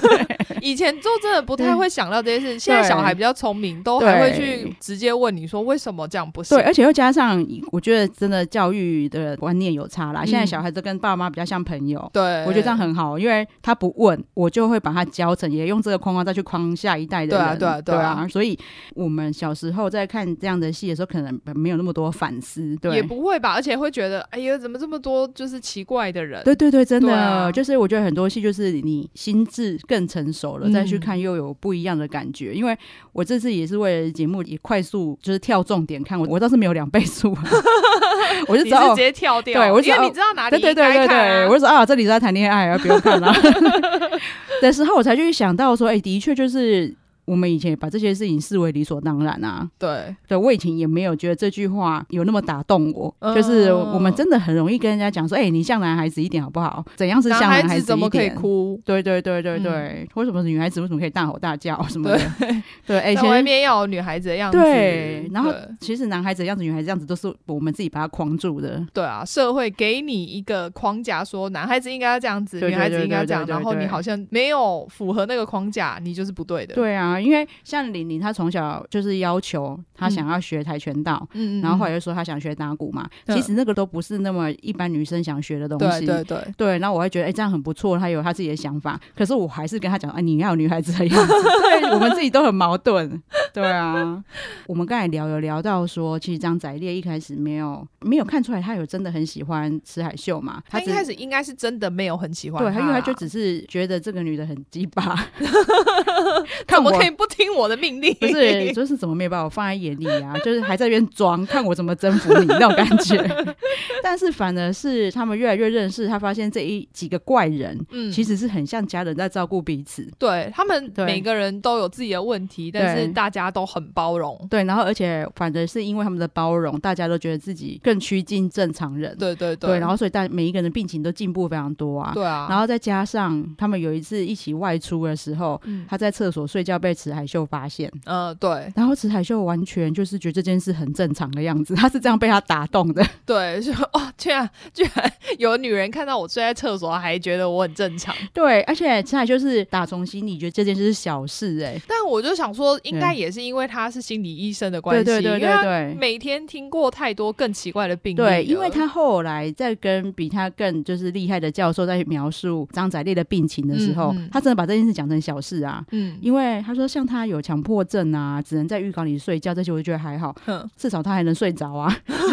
以前就真的不太会想到这些事，现在小孩比较聪明，都还会去直接问你说为什么这样不行。 对，而且又加上我觉得真的教育的观念有差啦、嗯、现在小孩子跟爸妈比较像朋友，对，我觉得这样很好，因为他不问我就会把他教成，也用这个框框再去框下一代的人。对啊对啊对啊，对啊，所以我们小时候在看这样的戏的时候可能没有那么多反思，对， 也不会吧，而且会觉得哎呀怎么这么多就是奇怪的人。 对对对，真的、啊、就是我觉得很多戏就是你心智更成熟了、嗯、再去看又有不一样的感觉。因为我这次也是为了节目也快速就是跳重点看，我我倒是没有两倍速我就知道你是直接跳掉，对，我因为你知道哪里应该看、啊、对对对对对， 我就说啊这里在谈恋爱啊不用看了的时候我才去想到说哎、欸，的确就是我们以前也把这些事情视为理所当然啊。对对，我以前也没有觉得这句话有那么打动我、嗯、就是我们真的很容易跟人家讲说哎、欸，你像男孩子一点好不好，怎样是像男孩子一点，男孩子怎么可以哭，对对对对对、嗯、为什么女孩子为什么可以大吼大叫什么的，对对，哎、欸， 在外面要有女孩子的样子， 对，然后其实男孩子的样子女孩子的样子都是我们自己把它框住的。对啊，社会给你一个框架说男孩子应该要这样子，女孩子应该要这样，然后你好像没有符合那个框架你就是不对的。 对啊，因为像玲玲她从小就是要求她想要学跆拳道、嗯、然后后来又说她想学打鼓嘛、嗯、其实那个都不是那么一般女生想学的东西。对对对对，然后我会觉得哎、欸，这样很不错，她有她自己的想法，可是我还是跟她讲哎、欸，你要有女孩子的样子对，我们自己都很矛盾。对啊，我们刚才聊有聊到说其实张载烈一开始没有没有看出来他有真的很喜欢池海秀嘛， 他一开始应该是真的没有很喜欢他、啊、 对，因为他就只是觉得这个女的很鸡巴怎么可以不听我的命令， 不是就是怎么没有把我放在眼里啊就是还在那边装看我怎么征服你那种感觉但是反而是他们越来越认识，他发现这一几个怪人、嗯、其实是很像家人在照顾彼此。 对，他们每个人都有自己的问题，但是大家都很包容。 对，然后而且反而是因为他们的包容，大家都觉得自己更趋近正常人。对对 对, 对，然后所以大每一个人的病情都进步非常多啊。对啊，然后再加上他们有一次一起外出的时候、嗯、他在厕所睡觉被池海秀发现。呃，对，然后池海秀完全就是觉得这件事很正常的样子，他是这样被他打动的。 对，说哦，居然居然有女人看到我睡在厕所还觉得我很正常。 对，而且池海秀是打从心里觉得这件事是小事。哎、欸， 但我就想说应该也是因为他是心理医生的关系，对对对对对，每天听过太多更奇怪的病例。 对，因为他后来在跟比他更就是厉害的教授在描述张载烈的病情的时候、嗯嗯、他真的把这件事讲成小事啊。嗯，因为他说像他有强迫症啊，只能在浴缸里睡觉，这些我就觉得还好，至少他还能睡着啊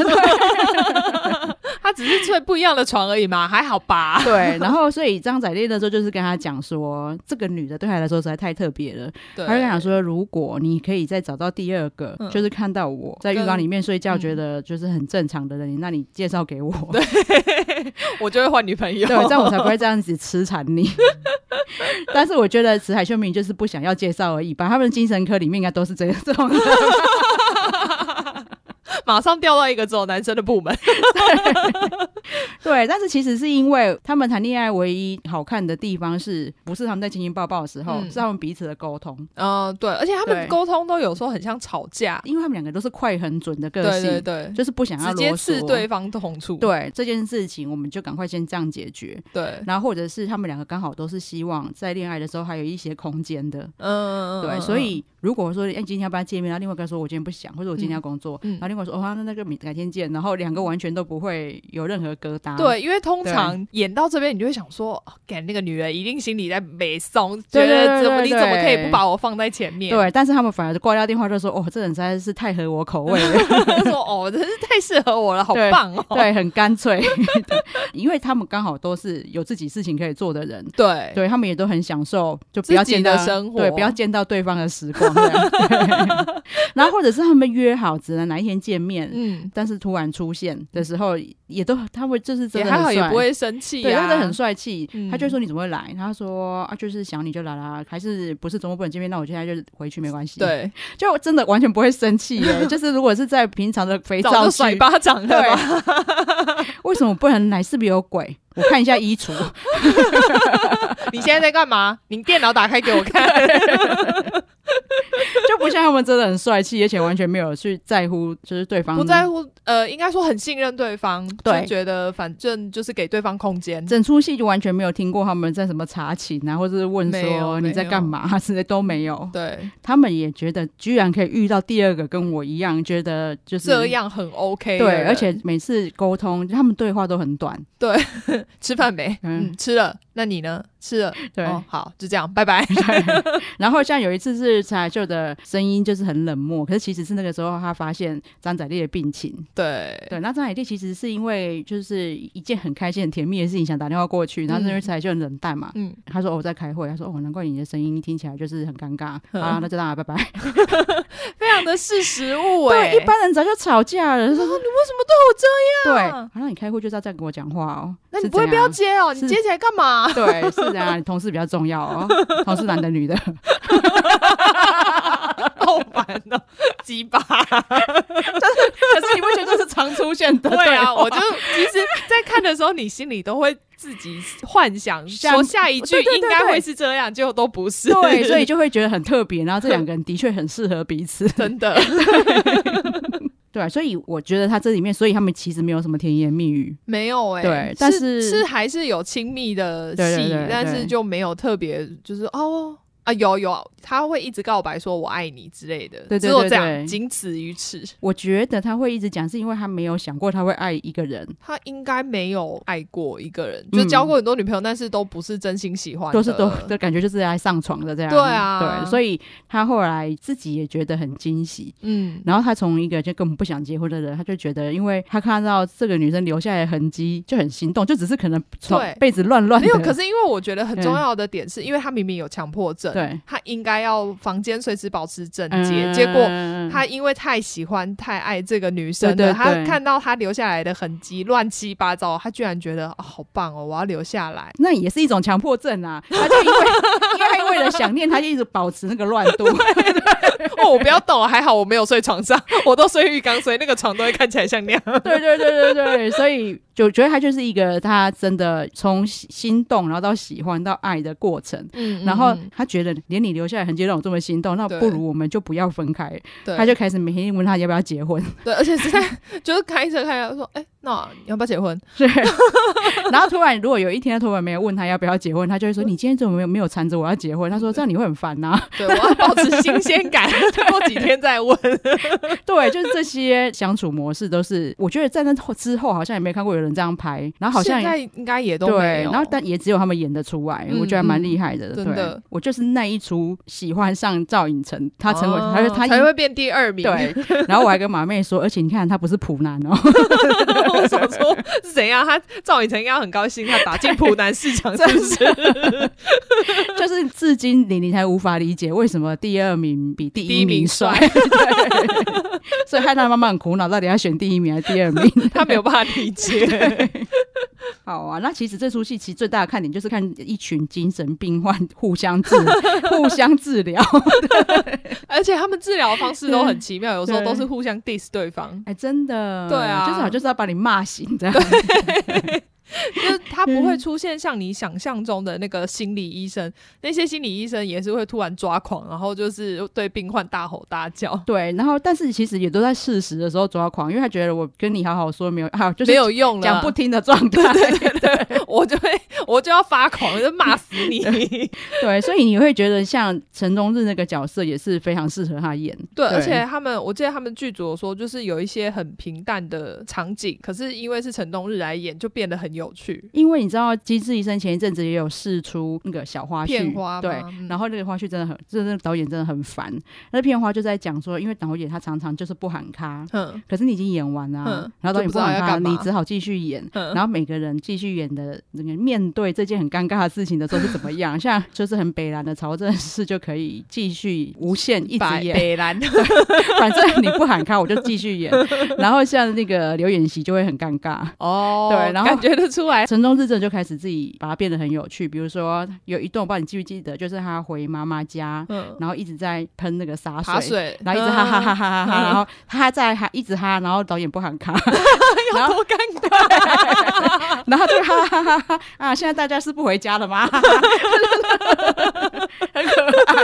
他只是睡不一样的床而已嘛，还好吧。 对，然后所以张载烈那时候就是跟他讲说这个女的对他来说实在太特别了，他就讲说如果你可以再找到第二个、嗯、就是看到我在浴缸里面睡觉觉得就是很正常的人、嗯、那你介绍给我，对我就会换女朋友， 对，这样我才不会这样子痴缠你但是我觉得池海秀明就是不想要介绍而已吧，他们精神科里面应该都是这样这种人马上调到一个只有男生的部门对, 对，但是其实是因为他们谈恋爱唯一好看的地方是不是他们在亲亲抱抱的时候、嗯、是他们彼此的沟通。嗯、呃， 对，而且他们沟通都有时候很像吵架， 因为他们两个都是快很准的个性，对对对，就是不想要直接刺对方痛处。 对，这件事情我们就赶快先这样解决。对，然后或者是他们两个刚好都是希望在恋爱的时候还有一些空间的。嗯，对，所以如果说哎、欸、今天要不要见面，然后另外一个说我今天不想，或者我今天要工作、嗯、然后另外说哦那那个改天见，然后两个完全都不会有任何疙瘩。 对，因为通常演到这边你就会想说干、哦、那个女人一定心里在美松，觉得怎么你怎么可以不把我放在前面。 对，但是他们反而挂掉电话就说哦这人实在是太合我口味了就说哦真是太适合我了，好棒哦。 对, 对很干脆因为他们刚好都是有自己事情可以做的人。对对，他们也都很享受就不要见到自己的生活，对，不要见到对方的时光然后或者是他们约好只能哪一天见面，嗯，但是突然出现的时候也都他们就是真的很帅， 也还好，也不会生气、啊、 对，真的很帅气、嗯、他就说你怎么会来，他说啊就是想你就来啦，还是不是周末不能见面，那我现在就回去没关系。对，就真的完全不会生气耶就是如果是在平常的肥皂早就甩巴掌了吧为什么不能来，是不是有鬼，我看一下衣橱你现在在干嘛，你电脑打开给我看就不不像他们真的很帅气，而且完全没有去在乎就是对方不在乎呃应该说很信任对方， 对， 就觉得反正就是给对方空间。 整出戏就完全没有听过他们在什么查寝啊，或者是问说你在干嘛之类都没有。 对， 他们也觉得居然可以遇到第二个跟我一样觉得就是这样很 OK。 对，而且每次沟通他们对话都很短。 对，吃饭没？嗯，吃了。那你呢？吃了。 对、 哦，好，就这样，拜拜。 然后像有一次是陈海秀的声音就是很冷漠，可是其实是那个时候他发现张载烈的病情。 对对，那张载烈其实是因为就是一件很开心很甜蜜的事情想打电话过去，然后因为陈海秀很冷淡嘛，嗯，他说、哦、我在开会，他说哦难怪你的声音听起来就是很尴尬、嗯、啊，那就让他拜拜。 非常的识时务哎、 欸，对，一般人早就吵架了，说、 哦、你为什么对我这样？对，好像你开会就是要这样跟我讲话哦。 那你不会不要接哦？你接起来干嘛？ 对，是这样，你同事比较重要哦。同事男的女的。 好烦哦，鸡巴。可是你不觉得这是常出现的？ 对啊，我就其实在看的时候，你心里都会自己幻想说下一句应该会是这样，结果都不是。 对，所以就会觉得很特别。然后这两个人的确很适合彼此， 真的。 对、啊，所以我觉得他这里面，所以他们其实没有什么甜言蜜语， 没有哎、欸， 对，但是是, 是还是有亲密的戏， 对对对对， 但是就没有特别就是哦。啊，有有，他会一直告白说我爱你之类的， 对对对对， 只有这样，仅此于此。 我觉得他会一直讲，是因为他没有想过他会爱一个人， 他应该没有爱过一个人，嗯、就交过很多女朋友，但是都不是真心喜欢的， 都是都的感觉就是来上床的这样。 对啊， 对，所以他后来自己也觉得很惊喜，嗯，然后他从一个就根本不想结婚的人，他就觉得，因为他看到这个女生留下来的痕迹就很心动，就只是可能被子乱乱的， 没有。可是因为我觉得很重要的点是，因为他明明有强迫症，对，他应该要房间随时保持整洁、嗯、结果他因为太喜欢太爱这个女生了，对对对，他看到他留下来的痕迹乱七八糟，他居然觉得、哦、好棒哦，我要留下来。 那也是一种强迫症啊，他就因为因为他为了想念他就一直保持那个乱度。 对对对，哦，我不要动了，还好我没有睡床上，我都睡浴缸，所以那个床都会看起来像那样。 对对对对对，所以就觉得他就是一个他真的从心动然后到喜欢到爱的过程，嗯嗯嗯，然后他觉得连你留下来痕迹让我这么心动，那不如我们就不要分开。他就开始每天问他要不要结婚。 对，而且是在就是开车开车说哎、欸，那你要不要结婚？ 对。然后突然如果有一天他突然没有问他要不要结婚，他就会说你今天怎么没有没有缠着我要结婚？他说这样你会很烦啊。 对，我要保持新鲜感，过几天再问。 对，就是这些相处模式都是我觉得在那之后好像也没看过有人这样拍，然后好像现在应该也都没有， 对，然后但也只有他们演得出来、嗯、我觉得蛮厉害的、嗯、 真的。 我就是那一出喜欢上赵寅成，他成为、哦、他, 他才会变第二名。 对，然后我还跟马妹说，而且你看他不是普男哦。 我想说是怎样，他赵寅成应该很高兴他打进普男市场，是不是？ 就是至今你你才无法理解为什么第二名比第一名帅。所以害他妈妈很苦恼，到底要选第一名还是第二名？ 他没有办法理解。 好啊，那其实这出戏其实最大的看点就是看一群精神病患互相治互相治疗。 而且他们治疗的方式都很奇妙，有时候都是互相 diss 对方。 哎、欸，真的。 对啊， 就是好就是要把你骂醒这样。 对。就是他不会出现像你想象中的那个心理医生，那些心理医生也是会突然抓狂，然后就是对病患大吼大叫。 对，然后但是其实也都在适时的时候抓狂，因为他觉得我跟你好好说没有，好就是没有用了， 讲不听的状态。 对对对对，我就会我就要发狂，就骂死你。 对，所以你会觉得像陈忠日那个角色也是非常适合他演。 对，对而且他们我记得他们剧组说，就是有一些很平淡的场景，可是因为是陈忠日来演，就变得很有趣。 因为你知道《机智医生》前一阵子也有释出那个小花絮片花， 对、嗯，然后那个花絮真的很，真的导演真的很烦。那片花就在讲说，因为导演他常常就是不喊咖，嗯，可是你已经演完了、啊嗯，然后导演不喊咖，你只好继续演、嗯。然后每个人继续演的那个面对这件很尴尬的事情的时候是怎么样？像就是很北蓝的曹正奭就可以继续无限一直演北蓝， 反正你不喊咖我就继续演。然后像那个刘演习就会很尴尬哦， 对，然后感觉得出来。 陈忠日就开始自己把它变得很有趣，比如说有一段我不知道你记不记得，就是他回妈妈家、嗯，然后一直在喷那个洒水， 水然后一直哈哈哈哈哈哈、嗯，然后他在哈一直哈，然后导演不喊卡， 有多尴尬， 然后就哈哈哈哈啊！现在大家是不回家了吗？很可爱，那的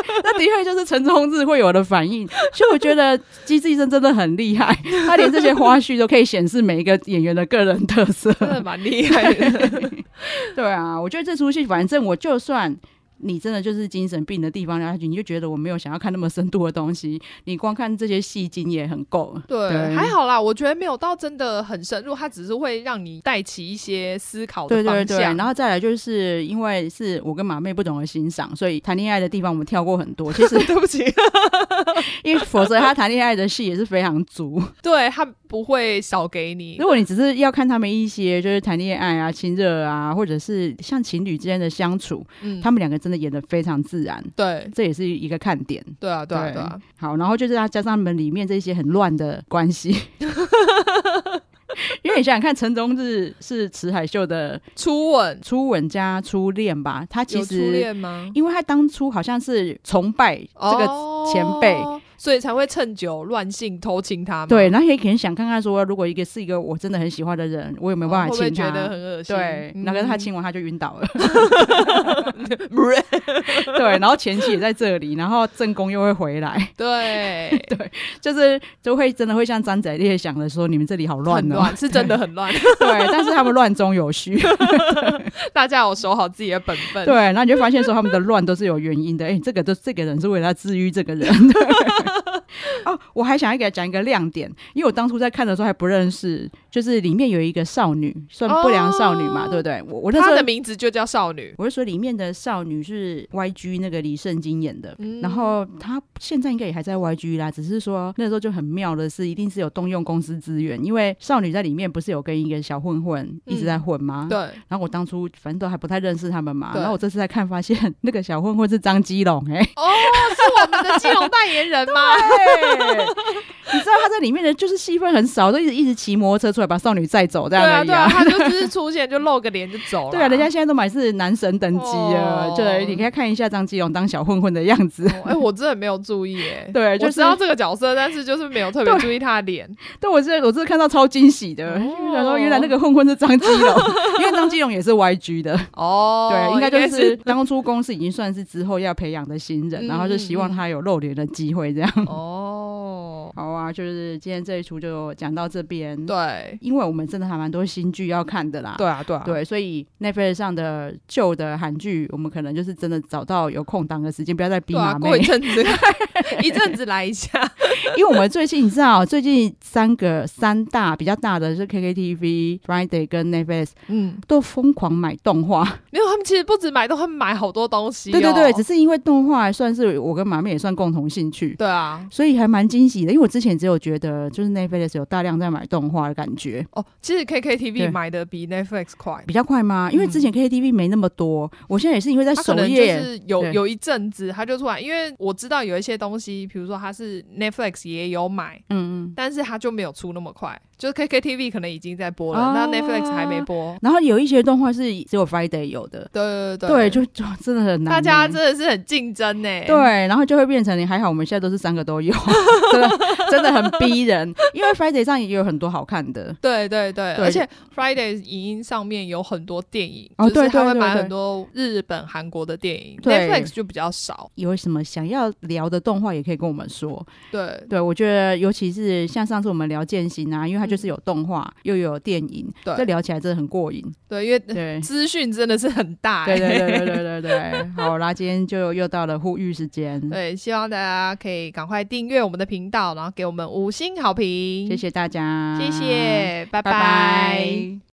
因为就是陈忠志会有的反应，所以我觉得《机智医生》真的很厉害，他连这些花絮都可以显示每一个演员的个人特色， 真的蛮厉害的。 对啊，我觉得这出戏反正我就算你真的就是精神病的地方下去，你就觉得我没有想要看那么深度的东西，你光看这些戏精也很够。 对, 对，还好啦，我觉得没有到真的很深入，它只是会让你带起一些思考的方向。对对对， 然后再来就是因为是我跟马妹不懂得欣赏，所以谈恋爱的地方我们跳过很多。其实对不起因为否则他谈恋爱的戏也是非常足， 对，他不会少给你。 如果你只是要看他们一些就是谈恋爱啊、亲热啊，或者是像情侣之间的相处、嗯、他们两个真的演得非常自然， 对， 这也是一个看点。 对啊对啊对啊。 好，然后就是要加上他们里面这些很乱的关系因为你想想看，陈忠志是池海秀的初吻初吻加初恋吧，他其实有初恋吗？ 因为他当初好像是崇拜这个前辈、哦， 所以才会趁酒乱性偷亲他嘛。 对，然后也可能想看看说，如果一个是一个我真的很喜欢的人，我有没有办法亲他？ 哦、会不会觉得很恶心？ 对，那个他亲完他就晕倒了。对，然后前期也在这里，然后正宫又会回来。 对对，就是就会真的会像张载烈想的说，你们这里好乱哦， 乱是真的很乱。 对，但是他们乱中有序， 大家有守好自己的本分。 对，然后你就发现说他们的乱都是有原因的。哎，这个都这个人是为了要治愈这个人。哦，我还想要给他讲一个亮点，因为我当初在看的时候还不认识，就是里面有一个少女，算不良少女嘛，哦、对不对？我我那时候她的名字就叫少女， 我就说里面的少女是 Y G 那个李圣经演的、嗯，然后她现在应该也还在 Y G 啦，只是说那时候就很妙的是，一定是有动用公司资源，因为少女在里面不是有跟一个小混混一直在混吗？ 嗯、对。 然后我当初反正都还不太认识他们嘛，然后我这次在看发现那个小混混是张基龙，哎、欸， 哦，是我们的基隆代言人吗？ 你知道他在里面的就是戏份很少，都一直一直骑摩托车出来把少女载走这样而已、啊、 对啊对啊，他就只是出现就露个脸就走了。 对啊，人家现在都买是男神等级了、哦、对，你可以看一下张基龙当小混混的样子。 哎、哦欸，我真的没有注意耶。 对、就是、 我知道这个角色，但是就是没有特别注意他的脸。 对，我是我是看到超惊喜的、哦、想说原来那个混混是张基龙。因为张基龙也是 Y G 的哦，对，应该就是当初公司已经算是之后要培养的新人、嗯、然后就希望他有露脸的机会这样。哦，好啊，就是今天这一出就讲到这边。 对， 因为我们真的还蛮多新剧要看的啦。 对啊对啊， 对，所以 Netflix 上的旧的韩剧我们可能就是真的找到有空档的时间，不要再逼马妹、 啊、过一阵子一阵子来一下。 因为我们最近你知道最近三个三大比较大的是 K K T V、Friday 跟 Netflix 嗯，都疯狂买动画。 没有，他们其实不止买动画，买好多东西、哦、 对对对，只是因为动画算是我跟马妹也算共同兴趣。 对啊， 所以还蛮惊喜的，因为我之前只有觉得就是 Netflix 有大量在买动画的感觉。 哦，其实 K K T V 买的比 Netflix 快。 比较快吗？因为之前 K K T V 没那么多、嗯、我现在也是因为在首页就是有有一阵子它就出来，因为我知道有一些东西比如说它是 Netflix 也有买，嗯嗯，但是它就没有出那么快，就是 K K T V 可能已经在播了、哦、那 Netflix 还没播。 然后有一些动画是只有 Friday 有的。 对对对对，就就真的很难， 大家真的是很竞争耶。 对，然后就会变成你还好我们现在都是三个都有。真的真的很逼人，因为 Friday 上也有很多好看的。 对对 对, 对，而且 Friday 影音上面有很多电影、哦、就是他会买很多日本韩国的电影， Netflix 就比较少。 有什么想要聊的动画也可以跟我们说。 对对，我觉得尤其是像上次我们聊剑心啊，因为它就是有动画、嗯、又有电影，对，这聊起来真的很过瘾。 对，因为资讯真的是很大。 对对对对对对对。好啦，今天就又到了呼吁时间。 对，希望大家可以赶快订阅我们的频道，然后给我们五星好评。 谢谢大家， 谢谢，拜拜。 拜拜。